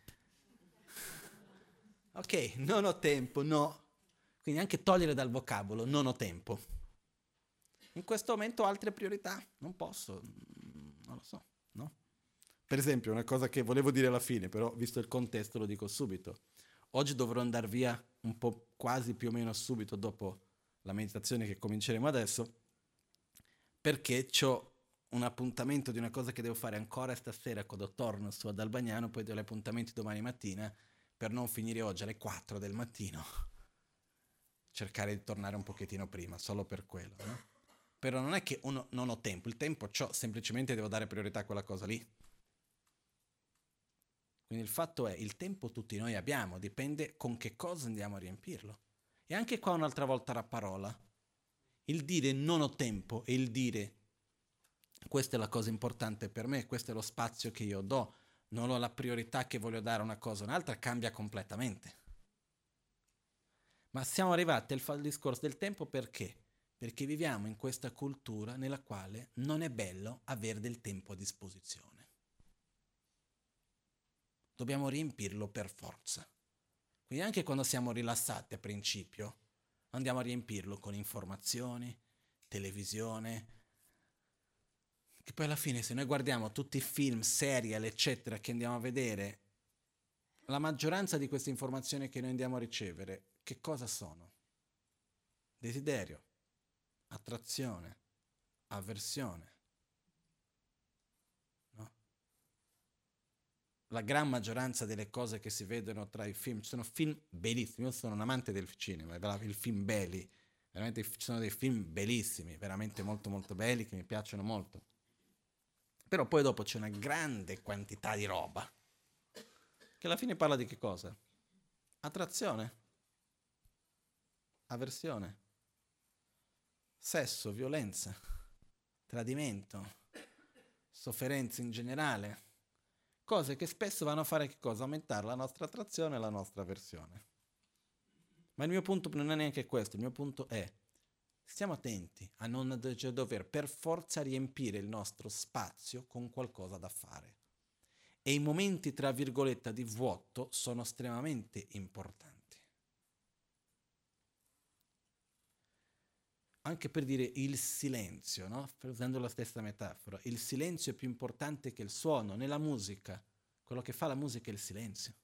Ok, non ho tempo, no. Quindi anche togliere dal vocabolo, non ho tempo. In questo momento ho altre priorità, non posso, non lo so. no? Per esempio, una cosa che volevo dire alla fine, però visto il contesto lo dico subito. Oggi dovrò andare via un po' quasi più o meno subito dopo la meditazione che cominceremo adesso, perché ho un appuntamento di una cosa che devo fare ancora stasera quando torno su ad Albagnano, poi ho gli appuntamenti domani mattina per non finire oggi alle quattro del mattino, cercare di tornare un pochettino prima, solo per quello, no? Però non è che uno non ho tempo, il tempo c'ho, semplicemente devo dare priorità a quella cosa lì. Quindi il fatto è, il tempo tutti noi abbiamo, dipende con che cosa andiamo a riempirlo. E anche qua un'altra volta la parola, il dire non ho tempo e il dire questa è la cosa importante per me, questo è lo spazio che io do, non ho la priorità che voglio dare a una cosa o un'altra, cambia completamente. Ma siamo arrivati al discorso del tempo perché? Perché viviamo in questa cultura nella quale non è bello avere del tempo a disposizione. Dobbiamo riempirlo per forza. Quindi anche quando siamo rilassati a principio, andiamo a riempirlo con informazioni, televisione, che poi alla fine se noi guardiamo tutti i film, serial, eccetera, che andiamo a vedere, la maggioranza di queste informazioni che noi andiamo a ricevere, che cosa sono? Desiderio, attrazione, avversione. No? La gran maggioranza delle cose che si vedono tra i film, ci sono film bellissimi, io sono un amante del cinema, il film belli, veramente ci sono dei film bellissimi, veramente molto molto belli, che mi piacciono molto. Però poi dopo c'è una grande quantità di roba che alla fine parla di che cosa? Attrazione, avversione, sesso, violenza, tradimento, sofferenza in generale, cose che spesso vanno a fare che cosa? Aumentare la nostra attrazione e la nostra avversione. Ma il mio punto non è neanche questo, il mio punto è stiamo attenti a non dover per forza riempire il nostro spazio con qualcosa da fare. E i momenti, tra virgolette, di vuoto sono estremamente importanti. Anche per dire il silenzio, no? Usando la stessa metafora, il silenzio è più importante che il suono. Nella musica, quello che fa la musica è il silenzio.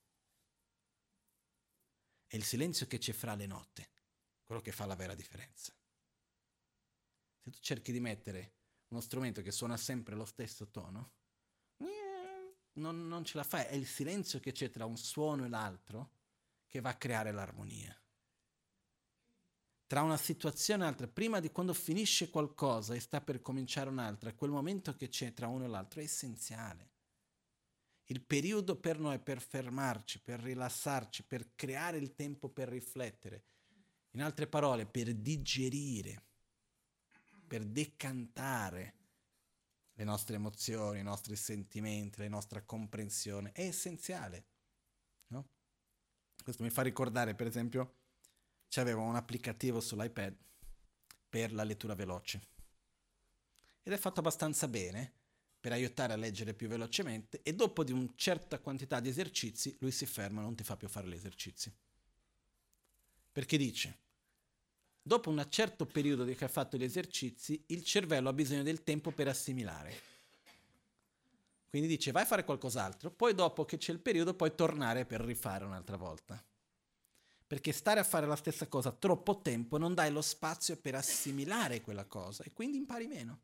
È il silenzio che c'è fra le note, quello che fa la vera differenza. Se tu cerchi di mettere uno strumento che suona sempre lo stesso tono, non, non ce la fai, è il silenzio che c'è tra un suono e l'altro che va a creare l'armonia. Tra una situazione e l'altra, prima di quando finisce qualcosa e sta per cominciare un'altra, quel momento che c'è tra uno e l'altro è essenziale. Il periodo per noi è per fermarci, per rilassarci, per creare il tempo per riflettere. In altre parole, per digerire, per decantare le nostre emozioni, i nostri sentimenti, la nostra comprensione. È essenziale, no? Questo mi fa ricordare, per esempio, c'avevo un applicativo sull'iPad per la lettura veloce ed è fatto abbastanza bene per aiutare a leggere più velocemente e dopo di una certa quantità di esercizi lui si ferma, non ti fa più fare gli esercizi. Perché dice, dopo un certo periodo che hai fatto gli esercizi, il cervello ha bisogno del tempo per assimilare. Quindi dice, vai a fare qualcos'altro, poi dopo che c'è il periodo puoi tornare per rifare un'altra volta. Perché stare a fare la stessa cosa troppo tempo non dai lo spazio per assimilare quella cosa e quindi impari meno.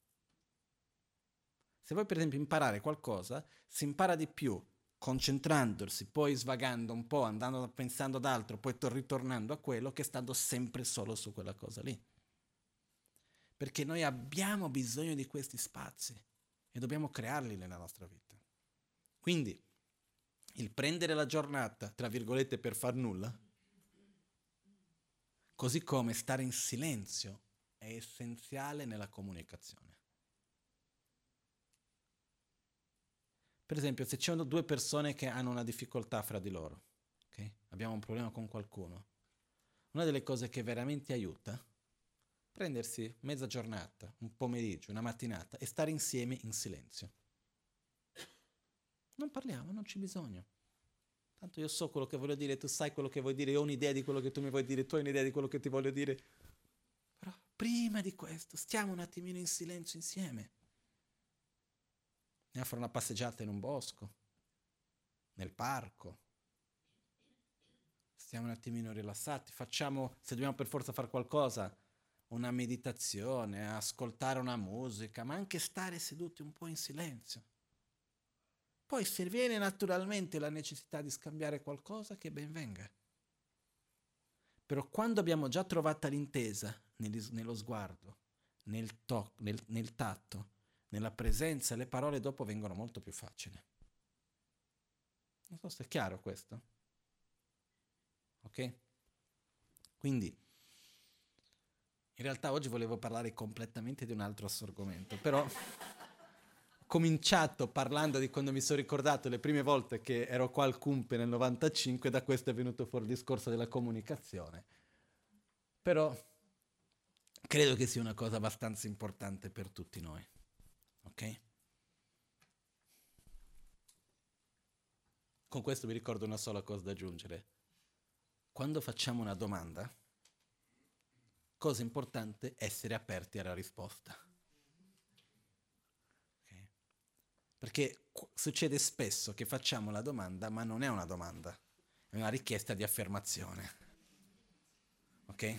Se vuoi per esempio imparare qualcosa, si impara di più concentrandosi, poi svagando un po', andando pensando ad altro, poi to- ritornando a quello, che stando sempre solo su quella cosa lì. Perché noi abbiamo bisogno di questi spazi e dobbiamo crearli nella nostra vita. Quindi il prendere la giornata, tra virgolette, per far nulla, così come stare in silenzio, è essenziale nella comunicazione. Per esempio, se ci sono due persone che hanno una difficoltà fra di loro, okay? Abbiamo un problema con qualcuno, una delle cose che veramente aiuta è prendersi mezza giornata, un pomeriggio, una mattinata e stare insieme in silenzio. Non parliamo, non c'è bisogno. Tanto io so quello che voglio dire, tu sai quello che vuoi dire, io ho un'idea di quello che tu mi vuoi dire, tu hai un'idea di quello che ti voglio dire. Però prima di questo stiamo un attimino in silenzio insieme. Andiamo a fare una passeggiata in un bosco, nel parco. Stiamo un attimino rilassati. Facciamo, se dobbiamo per forza fare qualcosa, una meditazione, ascoltare una musica, ma anche stare seduti un po' in silenzio. Poi se viene naturalmente la necessità di scambiare qualcosa, che ben venga. Però quando abbiamo già trovata l'intesa nello sguardo, nel, to- nel, nel tatto, nella presenza, le parole dopo vengono molto più facili. Non so se è chiaro questo. Ok? Quindi, in realtà oggi volevo parlare completamente di un altro argomento, però ho cominciato parlando di quando mi sono ricordato le prime volte che ero qua al Cumpe nel novantacinque, da questo è venuto fuori il discorso della comunicazione. Però credo che sia una cosa abbastanza importante per tutti noi. Ok? Con questo mi ricordo una sola cosa da aggiungere. Quando facciamo una domanda, cosa importante è essere aperti alla risposta. Okay? Perché qu- succede spesso che facciamo la domanda, ma non è una domanda, è una richiesta di affermazione. Ok?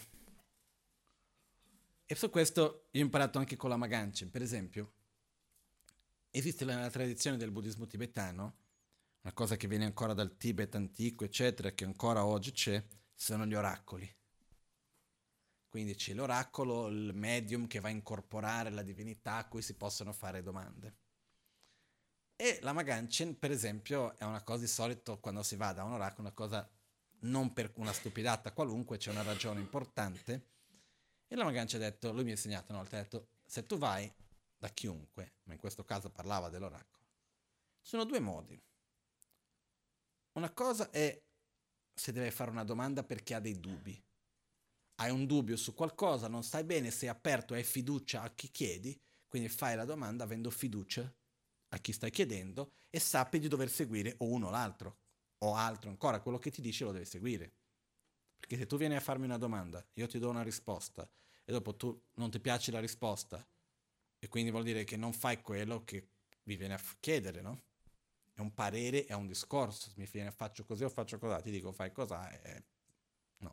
E su questo io ho imparato anche con la Maganchen. Per esempio, esiste nella tradizione del buddismo tibetano una cosa che viene ancora dal Tibet antico, eccetera, che ancora oggi c'è, sono gli oracoli. Quindi c'è l'oracolo, il medium che va a incorporare la divinità a cui si possono fare domande. E la Maganchen, per esempio, è una cosa di solito quando si va da un oracolo, una cosa non per una stupidata qualunque, c'è una ragione importante. E la Maganchen ha detto, lui mi ha insegnato una volta, ha detto, se tu vai da chiunque, ma in questo caso parlava dell'oracolo, ci sono due modi. Una cosa è se deve fare una domanda perché ha dei dubbi. Hai un dubbio su qualcosa, non stai bene, sei aperto, hai fiducia a chi chiedi, quindi fai la domanda avendo fiducia a chi stai chiedendo e sappi di dover seguire o uno o l'altro, o altro ancora, quello che ti dice lo devi seguire. Perché se tu vieni a farmi una domanda, io ti do una risposta e dopo tu non ti piace la risposta e quindi vuol dire che non fai quello che mi viene a chiedere, no? È un parere, è un discorso, mi viene faccio così o faccio così, ti dico fai cos'ha e no.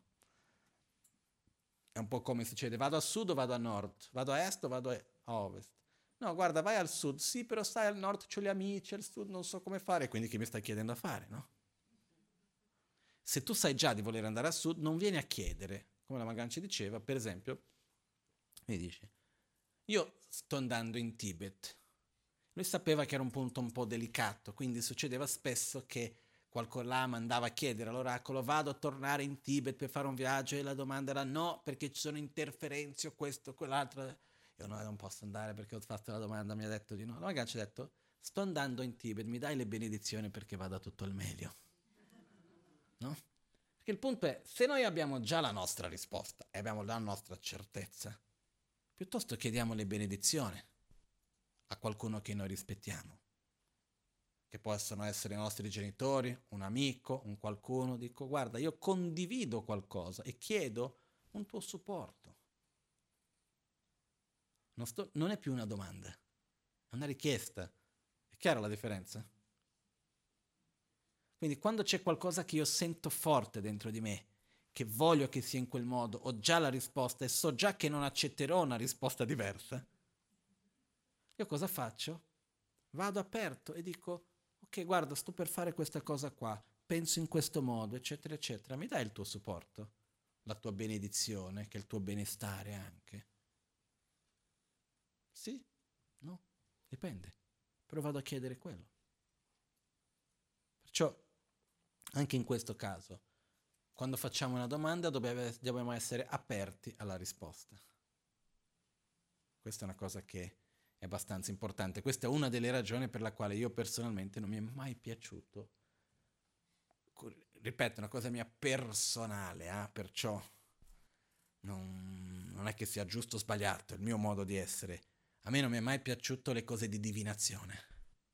È un po' come succede, vado a sud o vado a nord, vado a est o vado a ovest. No, guarda, vai al sud, sì, però stai al nord, c'ho gli amici, al sud non so come fare, quindi che mi stai chiedendo a fare, no? Se tu sai già di voler andare a sud, non vieni a chiedere, come la Magancia diceva, per esempio, mi dice, io sto andando in Tibet. Lui sapeva che era un punto un po' delicato, quindi succedeva spesso che qualcuno là mandava a chiedere all'oracolo vado a tornare in Tibet per fare un viaggio e la domanda era no perché ci sono interferenze o questo o quell'altro. Io no, non posso andare perché ho fatto la domanda, mi ha detto di no. La ragazza ha detto sto andando in Tibet, mi dai le benedizioni perché vada tutto al meglio. No? Perché il punto è, se noi abbiamo già la nostra risposta e abbiamo la nostra certezza, piuttosto chiediamo le benedizioni a qualcuno che noi rispettiamo, che possono essere i nostri genitori, un amico, un qualcuno. Dico, guarda, io condivido qualcosa e chiedo un tuo supporto. Non, sto, non è più una domanda, è una richiesta. È chiara la differenza? Quindi quando c'è qualcosa che io sento forte dentro di me, che voglio che sia in quel modo, ho già la risposta e so già che non accetterò una risposta diversa, io cosa faccio? Vado aperto e dico, ok, guarda, sto per fare questa cosa qua, penso in questo modo, eccetera, eccetera. Mi dai il tuo supporto? La tua benedizione, che è il tuo benestare anche? Sì? No? Dipende. Però vado a chiedere quello. Perciò, anche in questo caso, quando facciamo una domanda dobbiamo essere aperti alla risposta. Questa è una cosa che è abbastanza importante. Questa è una delle ragioni per la quale io personalmente non mi è mai piaciuto. Ripeto, è una cosa mia personale, eh? Perciò non, non è che sia giusto o sbagliato, è il mio modo di essere. A me non mi è mai piaciuto le cose di divinazione.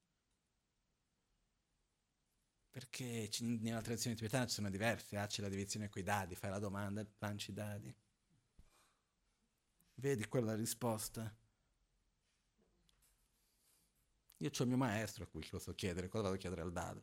Perché nella tradizione tibetana ci sono diverse, eh? C'è la divinazione con i dadi, fai la domanda, lanci i dadi. Vedi quella risposta? Io ho il mio maestro a cui posso chiedere, cosa vado a chiedere al dado?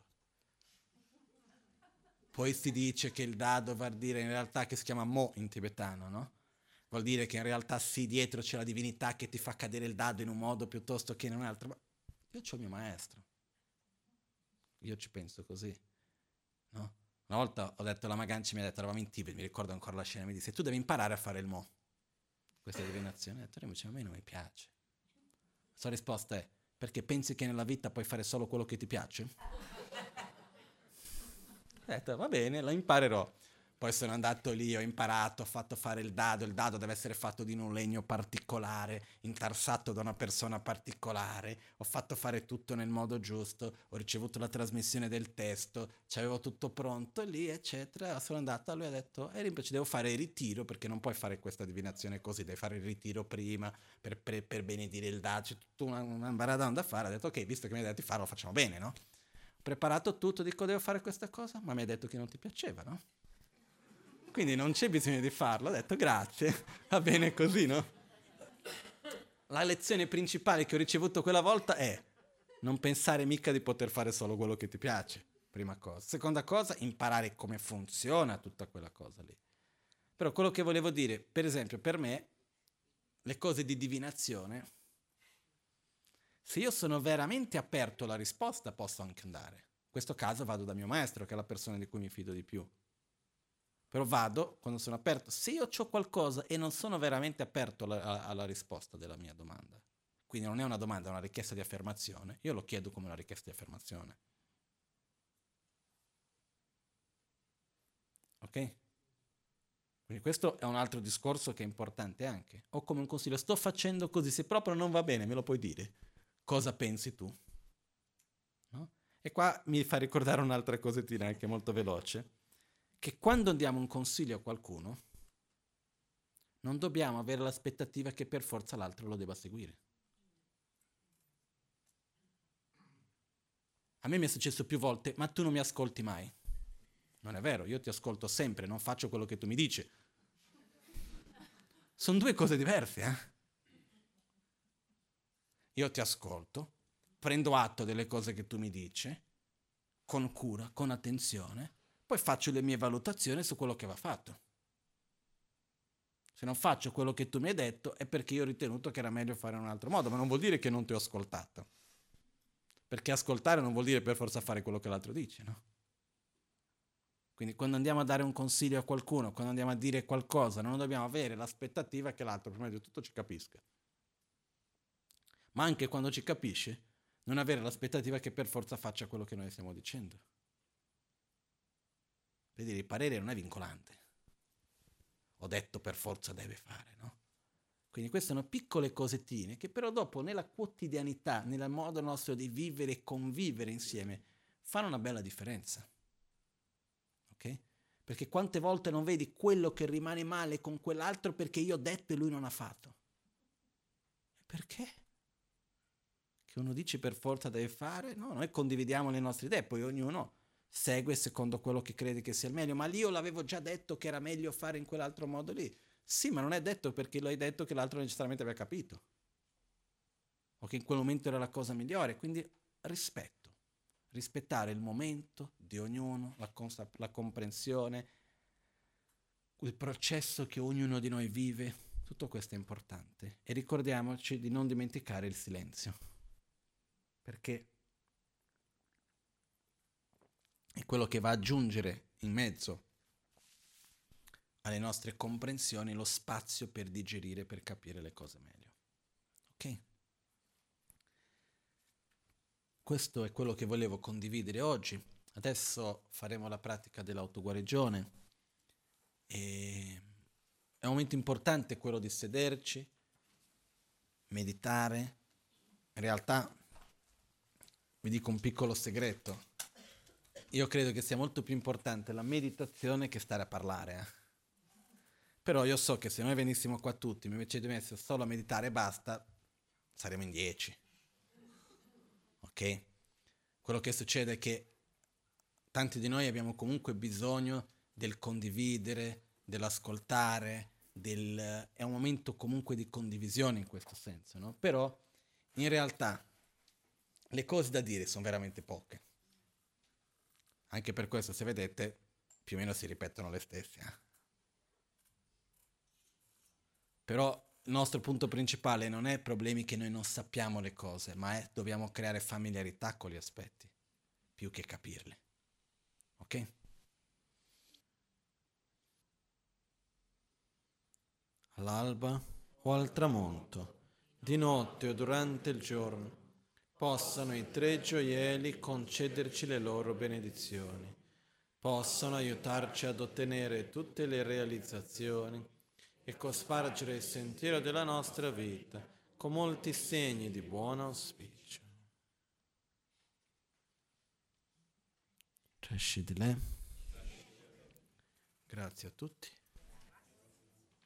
Poi si dice che il dado vuol dire in realtà che si chiama Mo in tibetano, no? Vuol dire che in realtà sì, dietro c'è la divinità che ti fa cadere il dado in un modo piuttosto che in un altro. Ma io ho il mio maestro. Io ci penso così, no? Una volta ho detto alla Maganci, mi ha detto, eravamo in Tibet, mi ricordo ancora la scena, mi disse, tu devi imparare a fare il Mo. Questa divinazione. Ho detto, invece a me non mi piace. La sua risposta è, perché pensi che nella vita puoi fare solo quello che ti piace? Ho detto, va bene, lo imparerò. Poi sono andato lì, ho imparato, ho fatto fare il dado. Il dado deve essere fatto di un legno particolare, intarsato da una persona particolare. Ho fatto fare tutto nel modo giusto. Ho ricevuto la trasmissione del testo, c'avevo tutto pronto lì, eccetera. Sono andato, lui ha detto, e invece devo fare il ritiro, perché non puoi fare questa divinazione così, devi fare il ritiro prima per, per, per benedire il dado. C'è tutto una, una baradam da fare. Ha detto, ok, visto che mi hai detto di farlo, lo facciamo bene, no? Ho preparato tutto, dico, devo fare questa cosa, ma mi hai detto che non ti piaceva, no? Quindi non c'è bisogno di farlo. Ho detto grazie, va bene così, no? La lezione principale che ho ricevuto quella volta è non pensare mica di poter fare solo quello che ti piace, prima cosa. Seconda cosa, imparare come funziona tutta quella cosa lì. Però quello che volevo dire, per esempio, per me, le cose di divinazione, se io sono veramente aperto alla risposta, posso anche andare. In questo caso vado da mio maestro, che è la persona di cui mi fido di più. Però vado quando sono aperto. Se io ho qualcosa e non sono veramente aperto alla, alla risposta della mia domanda, quindi non è una domanda, è una richiesta di affermazione, io lo chiedo come una richiesta di affermazione. Ok? Quindi questo è un altro discorso che è importante anche. O come un consiglio, sto facendo così, se proprio non va bene me lo puoi dire. Cosa pensi tu? No? E qua mi fa ricordare un'altra cosettina anche molto veloce, che quando diamo un consiglio a qualcuno, non dobbiamo avere l'aspettativa che per forza l'altro lo debba seguire. A me mi è successo più volte, ma tu non mi ascolti mai. Non è vero, io ti ascolto sempre, non faccio quello che tu mi dici. Sono due cose diverse, eh? Io ti ascolto, prendo atto delle cose che tu mi dici, con cura, con attenzione, poi faccio le mie valutazioni su quello che va fatto. Se non faccio quello che tu mi hai detto è perché io ho ritenuto che era meglio fare in un altro modo, ma non vuol dire che non ti ho ascoltato. Perché ascoltare non vuol dire per forza fare quello che l'altro dice, no? Quindi quando andiamo a dare un consiglio a qualcuno, quando andiamo a dire qualcosa, non dobbiamo avere l'aspettativa che l'altro prima di tutto ci capisca. Ma anche quando ci capisce, non avere l'aspettativa che per forza faccia quello che noi stiamo dicendo. Per dire, il parere non è vincolante. Ho detto per forza deve fare, no? Quindi queste sono piccole cosettine che però dopo nella quotidianità, nel modo nostro di vivere e convivere insieme, fanno una bella differenza. Ok? Perché quante volte non vedi quello che rimane male con quell'altro perché io ho detto e lui non ha fatto? Perché? Che uno dice per forza deve fare? No, noi condividiamo le nostre idee, poi ognuno segue secondo quello che crede che sia il meglio, ma lì io l'avevo già detto che era meglio fare in quell'altro modo lì. Sì, ma non è detto perché lo hai detto che l'altro necessariamente aveva capito. O che in quel momento era la cosa migliore, quindi rispetto. Rispettare il momento di ognuno, la, consa- la comprensione, il processo che ognuno di noi vive, tutto questo è importante. E ricordiamoci di non dimenticare il silenzio, perché è quello che va ad aggiungere in mezzo alle nostre comprensioni lo spazio per digerire, per capire le cose meglio. Ok? Questo è quello che volevo condividere oggi. Adesso faremo la pratica dell'autoguarigione e è un momento importante quello di sederci, meditare. In realtà vi dico un piccolo segreto. Io credo che sia molto più importante la meditazione che stare a parlare. Eh. Però io so che se noi venissimo qua tutti, invece di mettere solo a meditare e basta, saremo in dieci. Ok? Quello che succede è che tanti di noi abbiamo comunque bisogno del condividere, dell'ascoltare, del... è un momento comunque di condivisione in questo senso, no? Però in realtà le cose da dire sono veramente poche. Anche per questo, se vedete, più o meno si ripetono le stesse. eh. Però il nostro punto principale non è problemi che noi non sappiamo le cose, ma è dobbiamo creare familiarità con gli aspetti, più che capirli. Ok? All'alba o al tramonto, di notte o durante il giorno, possano i tre gioielli concederci le loro benedizioni, possano aiutarci ad ottenere tutte le realizzazioni e cospargere il sentiero della nostra vita con molti segni di buon auspicio. Grazie a tutti.